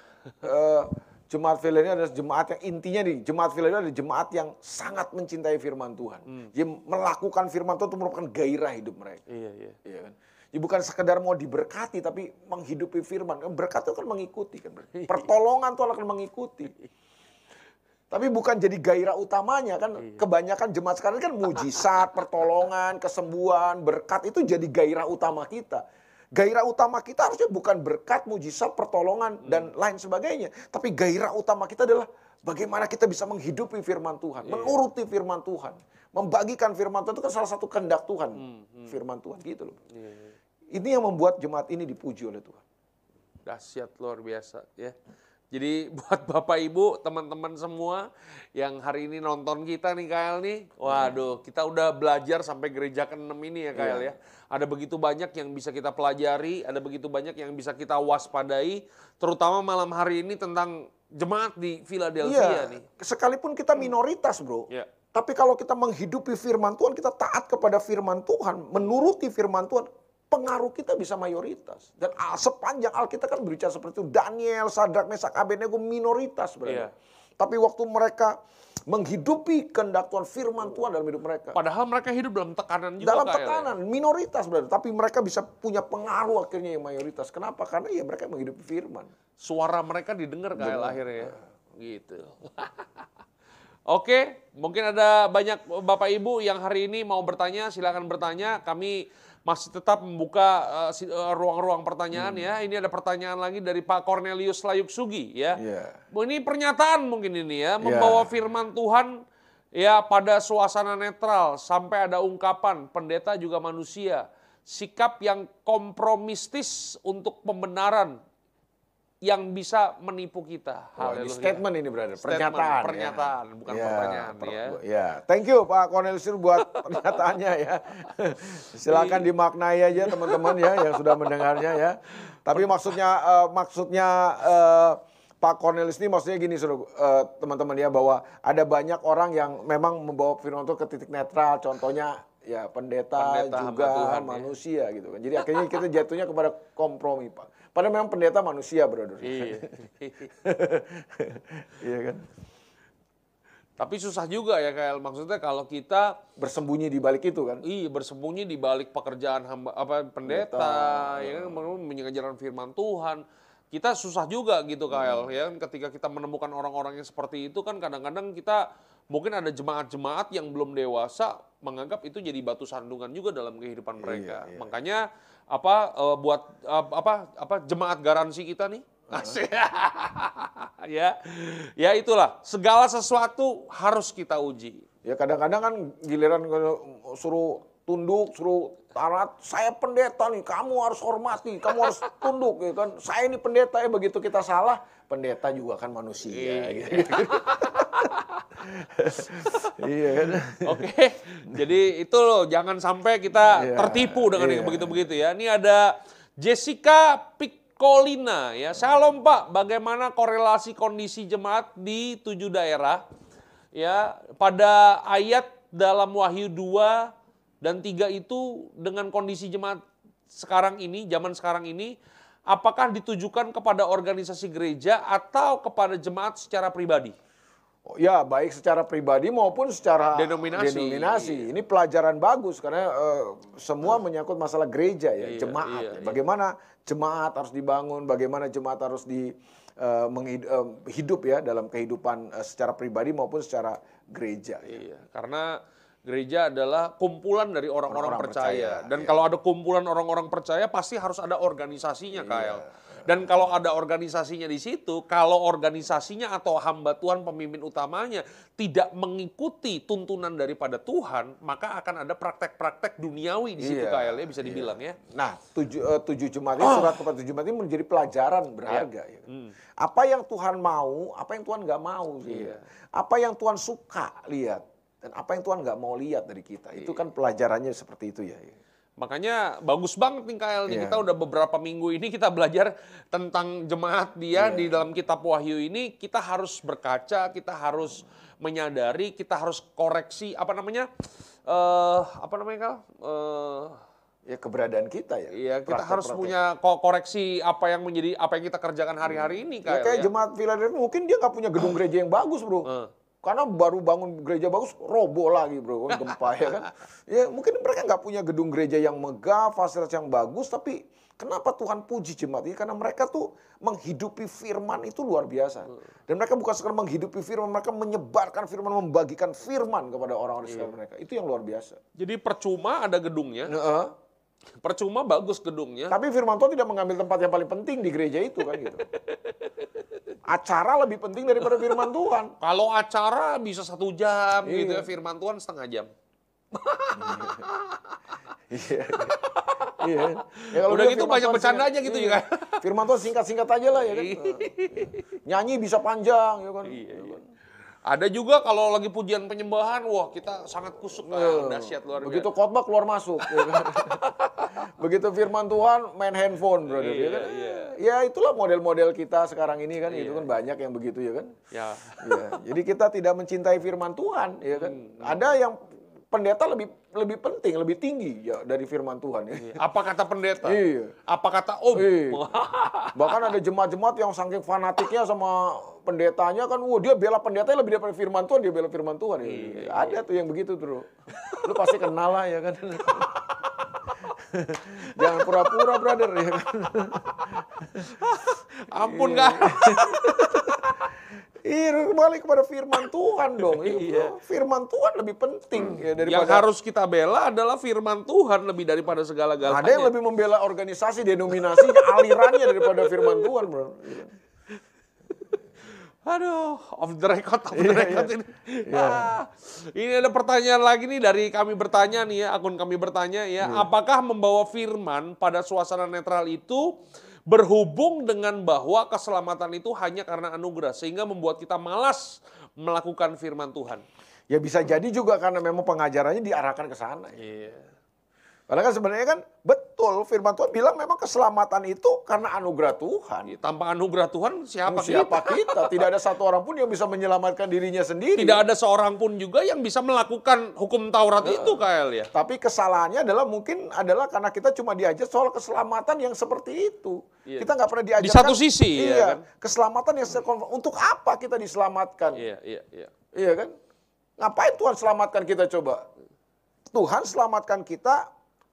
jemaat Philadelphia adalah jemaat yang intinya jemaat Philadelphia adalah jemaat yang sangat mencintai firman Tuhan. Jadi melakukan firman Tuhan itu merupakan gairah hidup mereka. Iya kan? Ya bukan sekedar mau diberkati, tapi menghidupi firman. Berkat itu kan mengikuti kan. Pertolongan Tuhan akan mengikuti. Tapi bukan jadi gairah utamanya kan. Kebanyakan jemaat sekarang kan mujizat, pertolongan, kesembuhan, berkat itu jadi gairah utama kita. Gairah utama kita harusnya bukan berkat, mujizat, pertolongan, dan lain sebagainya. Tapi gairah utama kita adalah bagaimana kita bisa menghidupi firman Tuhan, menuruti firman Tuhan. Membagikan firman Tuhan itu kan salah satu kehendak Tuhan. Firman Tuhan gitu loh. Ini yang membuat jemaat ini dipuji oleh Tuhan. Dahsyat, luar biasa ya. Jadi buat Bapak Ibu, teman-teman semua yang hari ini nonton kita nih, Kael nih. Waduh, kita udah belajar sampai gereja ke-6 ini ya, Kael ya. Ada begitu banyak yang bisa kita pelajari, ada begitu banyak yang bisa kita waspadai, terutama malam hari ini tentang jemaat di Philadelphia nih. Sekalipun kita minoritas, bro. Tapi kalau kita menghidupi firman Tuhan, kita taat kepada firman Tuhan, menuruti firman Tuhan, pengaruh kita bisa mayoritas. Dan sepanjang Alkitab kan berbicara seperti itu. Daniel, Sadrak, Mesak, Abednego minoritas berarti. Tapi waktu mereka menghidupi kehendak Tuhan, firman Tuhan dalam hidup mereka. Padahal mereka hidup dalam tekanan juga. Dalam tekanan, minoritas berarti. Tapi mereka bisa punya pengaruh akhirnya yang mayoritas. Kenapa? Karena ya mereka menghidupi firman. Suara mereka didengar Kael akhirnya ya. Gitu. Oke, mungkin ada banyak Bapak Ibu yang hari ini mau bertanya, silakan bertanya. Kami masih tetap membuka ruang-ruang pertanyaan ya. Ini ada pertanyaan lagi dari Pak Cornelius Layuk Sugi ya. Ini pernyataan mungkin ini ya, membawa firman Tuhan ya pada suasana netral sampai ada ungkapan pendeta juga manusia. Sikap yang kompromistis untuk pembenaran yang bisa menipu kita. Ini statement ini berada, pernyataan. Pernyataan, bukan pertanyaan ya. Thank you Pak Cornelius buat pernyataannya ya. Silakan dimaknai aja teman-teman ya yang sudah mendengarnya ya. Tapi maksudnya Pak Cornelius ini maksudnya gini teman-teman ya, bahwa ada banyak orang yang memang membawa firman Tuhan ke titik netral, contohnya ya pendeta juga Tuhan, manusia ya. Gitu kan. Jadi akhirnya kita jatuhnya kepada kompromi Pak. Padahal memang pendeta manusia, brother. Iya kan. Tapi susah juga ya, Kael. Maksudnya kalau kita bersembunyi di balik itu kan. Iya, bersembunyi di balik pekerjaan pendeta, ya kan, mengajarkan firman Tuhan. Kita susah juga gitu, Kael, ya. Ketika kita menemukan orang-orang yang seperti itu kan kadang-kadang kita mungkin ada jemaat-jemaat yang belum dewasa menganggap itu jadi batu sandungan juga dalam kehidupan mereka. Makanya buat jemaat garansi kita nih. Asik. Ya itulah, segala sesuatu harus kita uji. Ya kadang-kadang kan giliran suruh tunduk, suruh taat, saya pendeta nih, kamu harus hormati, kamu harus tunduk, ya kan? Saya ini pendeta, ya begitu kita salah, pendeta juga kan manusia. Gitu. Iya kan? Oke, jadi itu loh, jangan sampai kita tertipu dengan yang begitu-begitu ya. Ini ada Jessica Piccolina ya. Shalom Pak, bagaimana korelasi kondisi jemaat di 7 daerah? Ya, pada ayat dalam Wahyu 2 dan 3 itu dengan kondisi jemaat sekarang ini, zaman sekarang ini, apakah ditujukan kepada organisasi gereja atau kepada jemaat secara pribadi? Ya, baik secara pribadi maupun secara denominasi. Ini pelajaran bagus karena semua menyangkut masalah gereja ya, jemaat. Bagaimana jemaat harus dibangun, bagaimana jemaat harus hidup ya dalam kehidupan secara pribadi maupun secara gereja. Iya, karena gereja adalah kumpulan dari orang-orang percaya. Dan kalau ada kumpulan orang-orang percaya pasti harus ada organisasinya, Kael. Dan kalau ada organisasinya di situ, kalau organisasinya atau hamba Tuhan pemimpin utamanya tidak mengikuti tuntunan daripada Tuhan, maka akan ada praktek-praktek duniawi di situ, Kael, ya bisa dibilang ya. Nah, 7 jemaat ini, surat kepada 7 jemaat ini menjadi pelajaran berharga. Ya. Apa yang Tuhan mau, apa yang Tuhan nggak mau. Apa yang Tuhan suka lihat. Dan apa yang Tuhan nggak mau lihat dari kita. Itu kan pelajarannya seperti itu ya. Makanya bagus banget nih Kael. Kita udah beberapa minggu ini kita belajar tentang jemaat dia di dalam kitab Wahyu ini. Kita harus berkaca, kita harus menyadari, kita harus koreksi Kal? Ya keberadaan kita ya. Iya, kita harus punya koreksi apa yang kita kerjakan hari-hari ini Kael. Ya kayak jemaat Philadelphia mungkin dia nggak punya gedung gereja yang bagus, bro. Karena baru bangun gereja bagus, roboh lagi bro, gempa ya kan. Ya mungkin mereka nggak punya gedung gereja yang megah, fasilitas yang bagus, tapi kenapa Tuhan puji jemaat ini? Karena mereka tuh menghidupi firman itu luar biasa. Dan mereka bukan sekedar menghidupi firman, mereka menyebarkan firman, membagikan firman kepada orang-orang di sekitar mereka. Itu yang luar biasa. Jadi percuma ada gedungnya, percuma bagus gedungnya. Tapi firman Tuhan tidak mengambil tempat yang paling penting di gereja itu kan gitu. Acara lebih penting daripada firman Tuhan. Kalau acara bisa 1 jam gitu ya, firman Tuhan setengah jam. Ya, kalau udah gitu banyak bercanda aja gitu ya kan. Firman Tuhan singkat-singkat aja lah ya kan. Nyanyi bisa panjang ya kan. Ada juga kalau lagi pujian penyembahan, wah kita sangat kusuk, dahsyat luar biasa. Begitu khotbah keluar masuk. Ya kan? Begitu firman Tuhan main handphone, brother. Ya, kan? Ya itulah model-model kita sekarang ini kan, itu kan banyak yang begitu ya kan. Ya. Jadi kita tidak mencintai firman Tuhan, ya kan. Ada yang pendeta lebih penting, lebih tinggi ya dari firman Tuhan. Ya. Apa kata pendeta? Apa kata om? Bahkan ada jemaat-jemaat yang saking fanatiknya sama pendetanya kan, dia bela pendetanya lebih daripada firman Tuhan, dia bela firman Tuhan. Ada tuh yang begitu tuh. Lu pasti kenal lah ya kan. Jangan pura-pura, brother. Ya kan? Ampun kan. Kembali kepada firman Tuhan dong. Firman Tuhan lebih penting ya daripada. Yang harus kita bela adalah firman Tuhan lebih daripada segala-galanya. Ada yang lebih membela organisasi, denominasi, alirannya daripada firman Tuhan, bro. Aduh, off the record ini. Ini ada pertanyaan lagi nih dari kami bertanya nih ya, akun kami bertanya ya. Apakah membawa firman pada suasana netral itu berhubung dengan bahwa keselamatan itu hanya karena anugerah sehingga membuat kita malas melakukan firman Tuhan? Ya bisa jadi juga karena memang pengajarannya diarahkan ke sana. Karena kan sebenarnya kan betul firman Tuhan bilang memang keselamatan itu karena anugerah Tuhan. Tanpa anugerah Tuhan siapa kita? Tidak ada satu orang pun yang bisa menyelamatkan dirinya sendiri. Tidak ada seorang pun juga yang bisa melakukan hukum Taurat itu, Kael ya. Tapi kesalahannya adalah karena kita cuma diajar soal keselamatan yang seperti itu. Kita nggak pernah diajarkan. Di satu sisi, ya kan? Keselamatan yang untuk apa kita diselamatkan? Iya kan? Ngapain Tuhan selamatkan kita coba? Tuhan selamatkan kita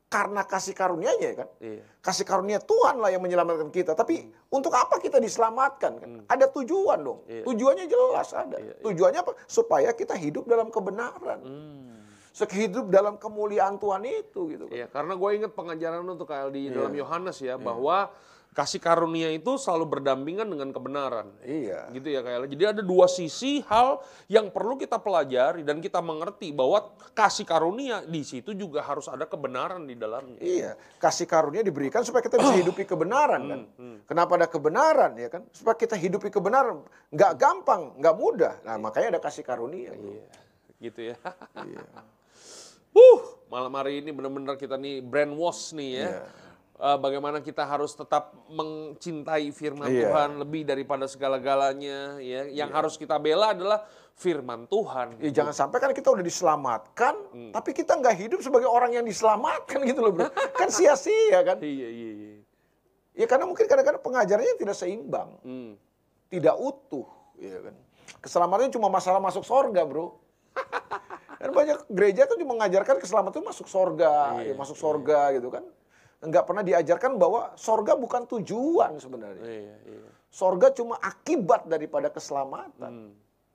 karena kasih karunia-Nya kan. Iya. Kasih karunia Tuhan lah yang menyelamatkan kita. Tapi untuk apa kita diselamatkan kan? Ada tujuan dong. Iya. Tujuannya jelas ada. Iya. Tujuannya apa? Supaya kita hidup dalam kebenaran. Hidup dalam kemuliaan Tuhan itu gitu kan. Iya, karena gue ingat pengajaran untuk KL di dalam Yohanes ya, bahwa kasih karunia itu selalu berdampingan dengan kebenaran. Iya. Gitu ya KL. Jadi ada dua sisi hal yang perlu kita pelajari dan kita mengerti bahwa kasih karunia di situ juga harus ada kebenaran di dalamnya. Iya, kasih karunia diberikan supaya kita bisa hidupi kebenaran kan. Kenapa ada kebenaran ya kan? Supaya kita hidupi kebenaran. Nggak gampang, nggak mudah. Nah makanya ada kasih karunia. Iya, gitu ya. Iya. Malam hari ini benar-benar kita nih brainwash nih ya. Iya. Bagaimana kita harus tetap mencintai firman Iya. Tuhan lebih daripada segala-galanya ya. Yang harus kita bela adalah firman Tuhan. Ya, jangan sampai kan kita udah diselamatkan, tapi kita nggak hidup sebagai orang yang diselamatkan gitu loh bro. Kan sia-sia kan. Iya, iya, iya. Ya karena mungkin kadang-kadang pengajarannya tidak seimbang. Tidak utuh. Ya kan. Keselamatan cuma masalah masuk sorga bro. Kan banyak gereja tuh cuma mengajarkan keselamatan itu masuk sorga, ya masuk sorga gitu kan. Enggak pernah diajarkan bahwa sorga bukan tujuan sebenarnya. Iya, iya. Sorga cuma akibat daripada keselamatan.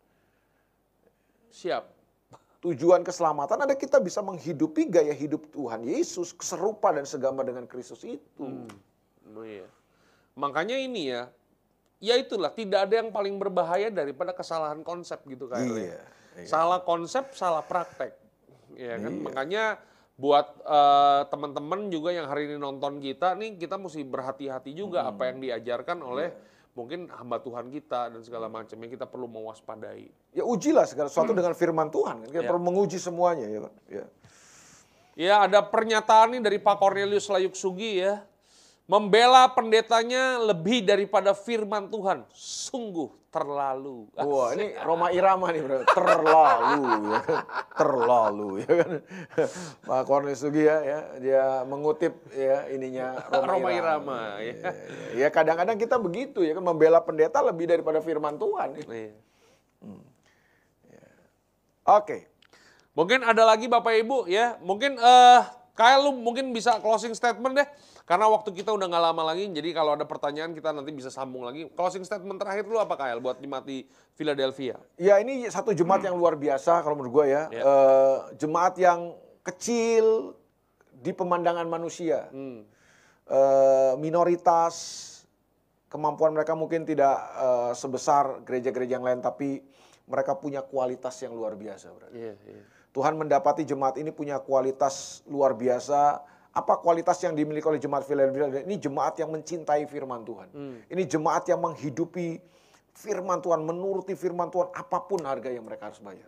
Siap. Tujuan keselamatan ada kita bisa menghidupi gaya hidup Tuhan Yesus, serupa dan segama dengan Kristus itu. Oh, iya. Makanya ini ya itulah tidak ada yang paling berbahaya daripada kesalahan konsep gitu kan. Iya. Salah konsep, salah praktek. Ya kan? Makanya buat teman-teman juga yang hari ini nonton kita nih, kita mesti berhati-hati juga apa yang diajarkan oleh mungkin hamba Tuhan kita dan segala macam yang kita perlu mewaspadai. Ya ujilah segala sesuatu dengan firman Tuhan. Kita perlu menguji semuanya ya kan. Ya. Ya ada pernyataan nih dari Pak Cornelius Layuk Sugi ya. Membela pendetanya lebih daripada firman Tuhan. Sungguh terlalu. Wah ini Roma Irama nih bro. Terlalu ya kan. Terlalu ya kan. Pak Cornelius Sugi ya, dia mengutip ya ininya Roma Irama. Ya. Ya kadang-kadang kita begitu ya kan. Membela pendeta lebih daripada firman Tuhan. Iya. Oke. Mungkin ada lagi Bapak Ibu ya. Mungkin Kyle lu mungkin bisa closing statement deh. Karena waktu kita udah nggak lama lagi, jadi kalau ada pertanyaan kita nanti bisa sambung lagi. Closing statement terakhir lu apa Kyle buat jemaat di Philadelphia? Ya ini satu jemaat yang luar biasa kalau menurut gue ya. Jemaat yang kecil di pemandangan manusia. Minoritas, kemampuan mereka mungkin tidak sebesar gereja-gereja yang lain, tapi mereka punya kualitas yang luar biasa. Tuhan mendapati jemaat ini punya kualitas luar biasa. Apa kualitas yang dimiliki oleh jemaat Philadelphia? Ini jemaat yang mencintai firman Tuhan. Ini jemaat yang menghidupi firman Tuhan, menuruti firman Tuhan apapun harga yang mereka harus bayar.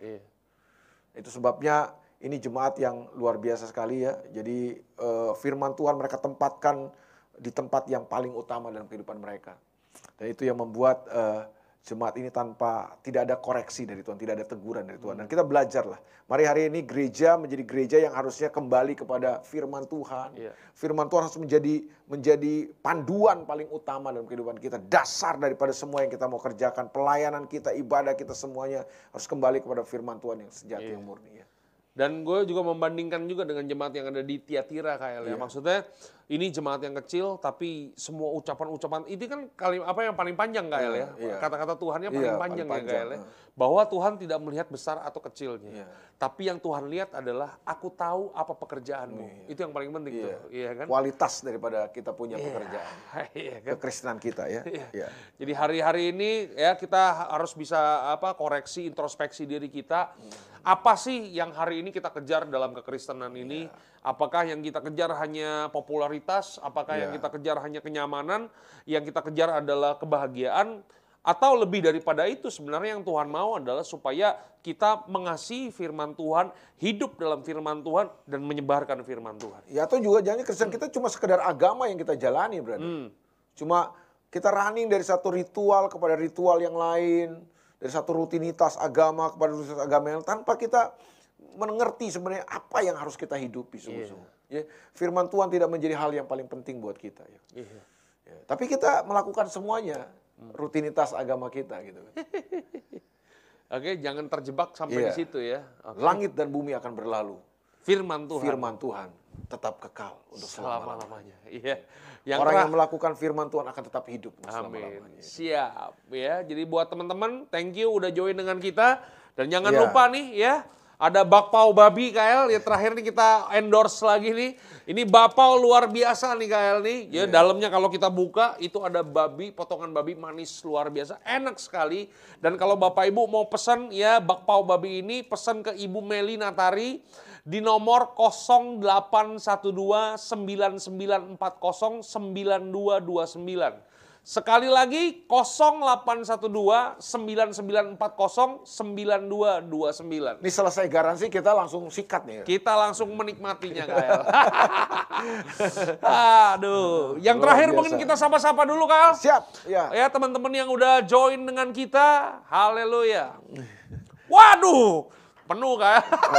Itu sebabnya ini jemaat yang luar biasa sekali ya. Jadi firman Tuhan mereka tempatkan di tempat yang paling utama dalam kehidupan mereka. Dan itu yang membuat jemaat ini tidak ada koreksi dari Tuhan, tidak ada teguran dari Tuhan. Dan kita belajarlah. Mari hari ini gereja menjadi gereja yang harusnya kembali kepada firman Tuhan. Firman Tuhan harus menjadi panduan paling utama dalam kehidupan kita. Dasar daripada semua yang kita mau kerjakan. Pelayanan kita, ibadah kita semuanya harus kembali kepada firman Tuhan yang sejati, yang murni. Dan gue juga membandingkan juga dengan jemaat yang ada di Tiatira KL ya. Maksudnya ini jemaat yang kecil tapi semua ucapan-ucapan itu kan apa yang paling panjang KL ya. Kata-kata Tuhannya paling panjang ya KL ya. Bahwa Tuhan tidak melihat besar atau kecilnya. Tapi yang Tuhan lihat adalah aku tahu apa pekerjaanmu. Itu yang paling penting tuh. Iya kan? Kualitas daripada kita punya pekerjaan. Kekristenan kita ya. Jadi hari-hari ini ya kita harus bisa koreksi, introspeksi diri kita. Apa sih yang hari ini kita kejar dalam kekristenan ini? Apakah yang kita kejar hanya popularitas? Apakah yang kita kejar hanya kenyamanan? Yang kita kejar adalah kebahagiaan? Atau lebih daripada itu sebenarnya yang Tuhan mau adalah supaya kita mengasihi firman Tuhan, hidup dalam firman Tuhan, dan menyebarkan firman Tuhan. Ya atau juga jangan Kristen kita cuma sekedar agama yang kita jalani brother. Cuma kita running dari satu ritual kepada ritual yang lain. Dari satu rutinitas agama kepada rutinitas agama yang tanpa kita mengerti sebenarnya apa yang harus kita hidupi sungguh-sungguh. Firman Tuhan tidak menjadi hal yang paling penting buat kita. Tapi kita melakukan semuanya, rutinitas agama kita gitu. Oke, jangan terjebak sampai di situ ya. Langit dan bumi akan berlalu. Firman Tuhan. Firman Tuhan tetap kekal untuk selama-lamanya. Selama-lamanya. Iya. Yang Orang yang melakukan firman Tuhan akan tetap hidup Amin. selama-lamanya. Siap ya. Jadi buat teman-teman, thank you udah join dengan kita. Dan jangan Iya. lupa nih ya, ada bakpao babi Kael. Ya terakhir nih kita endorse lagi nih. Ini bakpao luar biasa nih Kael nih. Ya dalamnya kalau kita buka itu ada babi, potongan babi manis luar biasa, enak sekali. Dan kalau Bapak Ibu mau pesan ya bakpao babi ini, pesan ke Ibu Meli Natari di nomor 0812 9940 9229. Sekali lagi 0812 9940 9229. Ini selesai garansi kita langsung sikat nih. Kita langsung menikmatinya Kael. Aduh, yang Luar terakhir biasa. mungkin kita sapa-sapa dulu Kael. Siap, ya. Ya teman-teman yang udah join dengan kita, haleluya. Waduh, penuh Kael.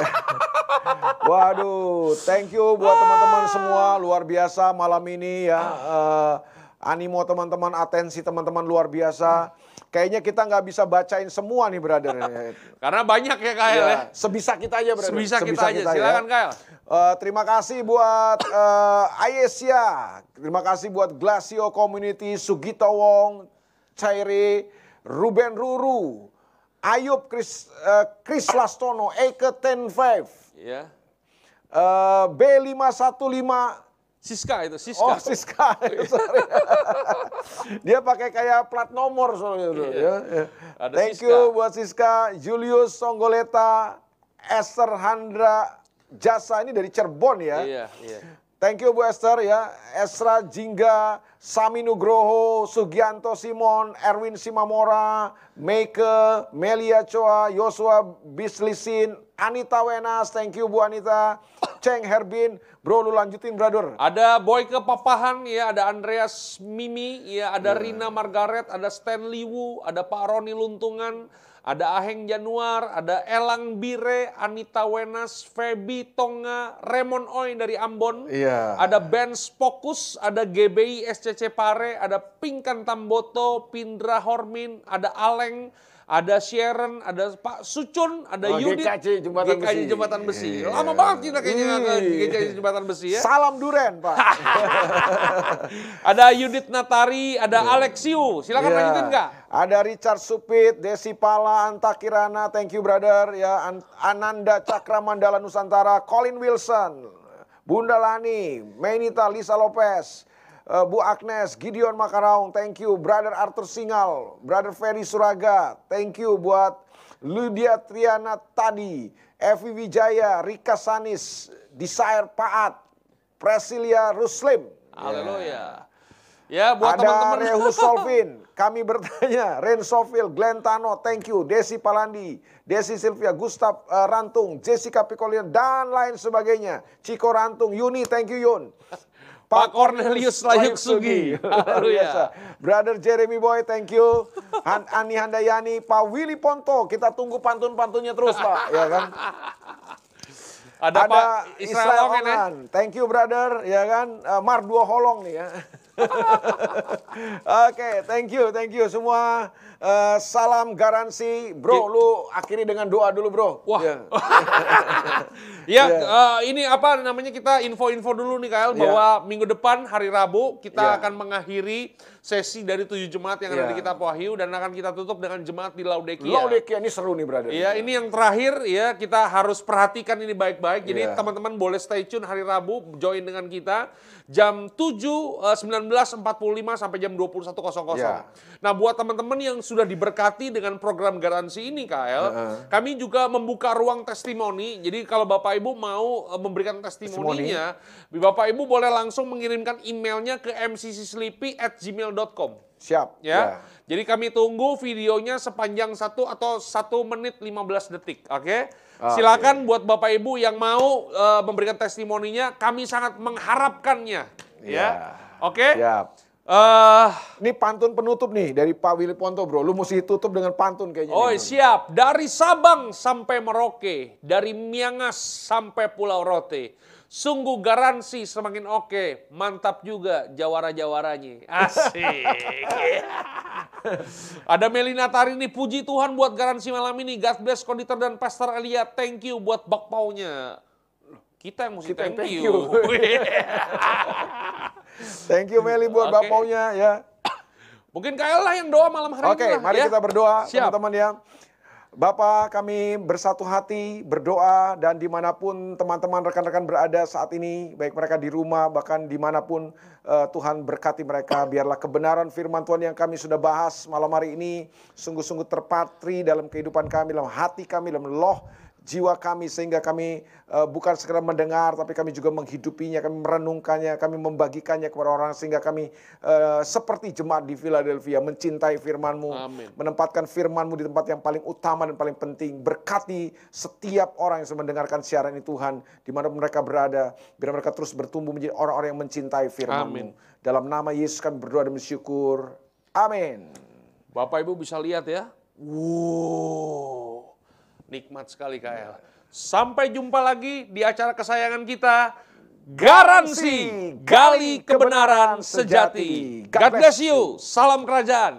Waduh, thank you buat teman-teman semua, luar biasa malam ini ya. Animo teman-teman, atensi teman-teman luar biasa. Kayaknya kita nggak bisa bacain semua nih, brother. Karena banyak ya Kael ya. Sebisa kita aja, brother. Sebisa kita aja, silakan Kael. Terima kasih buat Ayesia, terima kasih buat Glacio Community, Sugito Wong, Cairi, Ruben Ruru, Ayub Chris Lastono, Eke 105, Ya. B515. Siska itu, Siska. Oh, Siska. Sorry. Dia pakai kayak plat nomor soalnya. Bro. Iya. Ya. Ada Thank Siska. you buat Siska, Julius Songgoleta, Esther Handra Jasa, ini dari Cirebon ya. Iya, iya. Thank you Bu Esther ya. Esra Jingga, Sami Nugroho, Sugianto Simon, Erwin Simamora, Meike, Melia Choa, Yosua Bislisin, Anita Wenas, thank you Bu Anita, Ceng Herbin, bro lu lanjutin brother. Ada Boyke Papahan, ya, ada Andreas Mimi, ya, ada Rina Margaret, ada Stanley Wu, ada Pak Roni Luntungan, ada Aheng Januar, ada Elang Bire, Anita Wenas, Feby Tonga, Raymond Oy dari Ambon, Iya. ada Benz Fokus, ada GBI SCC Pare, ada Pinkan Tamboto, Pindra Hormin, ada Aleng, ada Sharon, ada Pak Sucun, ada Yudit. GKJ Jembatan GKJ Besi. Jembatan Besi. Iya. Lama banget kita kayaknya nggak ke GKJ Jembatan Besi ya. Salam Duren Pak. Ada Yudit Natari, ada Alexiu. Silakan Iya. lanjutin Kak. Ada Richard Supit, Desi Pala, Anta Kirana, thank you brother. Ya, Ananda Cakra Mandala Nusantara, Colin Wilson, Bunda Lani, Menita Lisa Lopez, Bu Agnes, Gideon Makaraung, thank you. Brother Arthur Singal, Brother Ferry Suraga, thank you buat Lydia Triana Tadi, Evi Wijaya, Rika Sanis, Desire Paat, Presilia Ruslim. Haleluya. Ya, buat Ada teman-teman. Rehu Solvin, kami bertanya, Ren Sofil, Glenn Tano, thank you, Desi Palandi, Desi Silvia, Gustav Rantung, Jessica Picolina, dan lain sebagainya. Ciko Rantung, Yuni, thank you Yun. Pak Cornelius Layuk Sugi. Haleluya. Brother Jeremy Boy, thank you. Ani Handayani, Pak Willy Ponto, kita tunggu pantun-pantunnya terus Pak, ya kan? Ada Pak Israel Ongen ya. Thank you brother, ya kan? Mar 2 Holong nih ya. Oke, thank you semua. Salam garansi, bro. Lu akhiri dengan doa dulu, bro. Wah. Ya. Ya, ini apa namanya, kita info-info dulu nih Kael, bahwa minggu depan hari Rabu kita akan mengakhiri sesi dari 7 jemaat yang ada di Kitab Wahyu dan akan kita tutup dengan jemaat di Laodikia. Laodikia ini seru nih, brother. Iya, ini yang terakhir ya, kita harus perhatikan ini baik-baik. Jadi teman-teman boleh stay tune hari Rabu, join dengan kita jam 19.45 sampai jam 21.00. Nah, buat teman-teman yang sudah diberkati dengan program garansi ini, Kael, kami juga membuka ruang testimoni. Jadi kalau Bapak Ibu mau memberikan testimoninya, Bapak Ibu boleh langsung mengirimkan emailnya ke mccsleepy@gmail.com. Siap. Ya. Jadi kami tunggu videonya sepanjang 1 atau 1 menit 15 detik, oke? Silakan buat Bapak Ibu yang mau memberikan testimoninya, kami sangat mengharapkannya, ya. Oke? Siap. Ini pantun penutup nih dari Pak Willy Ponto, bro. Lu mesti tutup dengan pantun kayaknya. Oh, siap. Dari Sabang sampai Merauke, dari Miangas sampai Pulau Rote. Sungguh garansi semakin oke, mantap juga jawara-jawaranya. Asik. Ada Melina Tarini, puji Tuhan buat garansi malam ini. God bless Konditor dan Pastor Elia, thank you buat bakpaunya. Kita yang mesti Kita yang thank thank you. Thank you Meli buat Oke. bapaunya ya. Mungkin Kak El lah yang doa malam hari Oke, ini lah, mari ya. kita berdoa Siap. teman-teman ya. Bapa, kami bersatu hati berdoa dan dimanapun teman-teman rekan-rekan berada saat ini, baik mereka di rumah bahkan dimanapun, Tuhan berkati mereka. Biarlah kebenaran firman Tuhan yang kami sudah bahas malam hari ini sungguh-sungguh terpatri dalam kehidupan kami, dalam hati kami, dalam loh jiwa kami, sehingga kami bukan sekedar mendengar, tapi kami juga menghidupinya, kami merenungkannya, kami membagikannya kepada orang, sehingga kami seperti jemaat di Philadelphia mencintai firman-Mu, Amin. menempatkan firman-Mu di tempat yang paling utama dan paling penting. Berkati setiap orang yang sedang mendengarkan siaran ini Tuhan, di mana mereka berada, biar mereka terus bertumbuh menjadi orang-orang yang mencintai firman-Mu. Amin. Dalam nama Yesus kami berdoa dan bersyukur. Amin. Bapak Ibu bisa lihat ya. Wow. Nikmat sekali Kak El. Sampai jumpa lagi di acara kesayangan kita, Garansi Gali Kebenaran Sejati. God bless you. Salam kerajaan.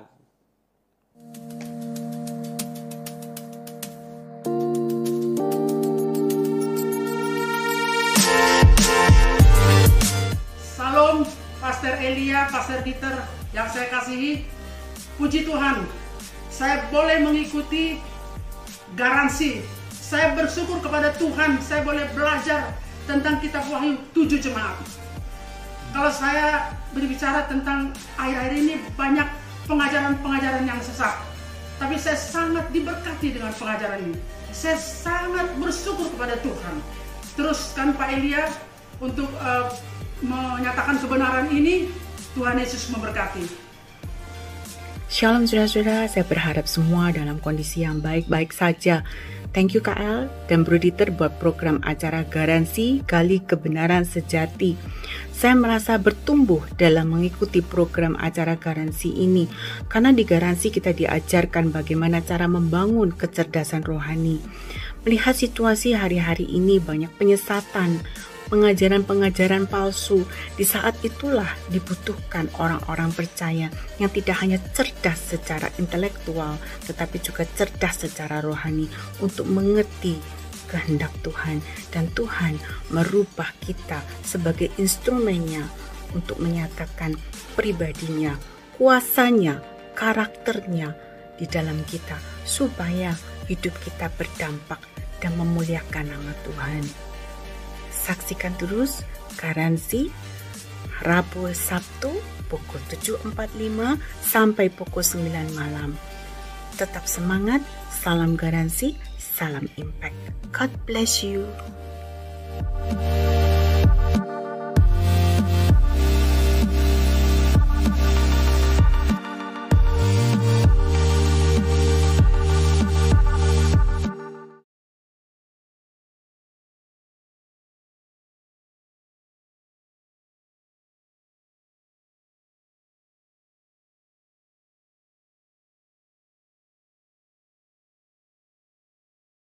Salam Pastor Elia, Pastor Dieter yang saya kasihi. Puji Tuhan, saya boleh mengikuti Garansi. Saya bersyukur kepada Tuhan, saya boleh belajar tentang kitab Wahyu 7 jemaat. Kalau saya berbicara tentang akhir-akhir ini banyak pengajaran-pengajaran yang sesat. Tapi saya sangat diberkati dengan pengajaran ini. Saya sangat bersyukur kepada Tuhan. Teruskan Pak Elia untuk menyatakan kebenaran ini. Tuhan Yesus memberkati. Shalom saudara-saudara, saya berharap semua dalam kondisi yang baik-baik saja. Thank you KL dan Bro Dieter buat program acara Garansi Gali Kebenaran Sejati. Saya merasa bertumbuh dalam mengikuti program acara Garansi ini, karena di Garansi kita diajarkan bagaimana cara membangun kecerdasan rohani. Melihat situasi hari-hari ini banyak penyesatan, pengajaran-pengajaran palsu. Di saat itulah dibutuhkan orang-orang percaya yang tidak hanya cerdas secara intelektual, tetapi juga cerdas secara rohani untuk mengerti kehendak Tuhan. Dan Tuhan merubah kita sebagai instrumennya untuk menyatakan pribadinya, kuasanya, karakternya di dalam kita, supaya hidup kita berdampak dan memuliakan nama Tuhan. Saksikan terus Garansi Rabu Sabtu pukul 7.45 sampai pukul 9 malam. Tetap semangat, salam Garansi, salam impact. God bless you.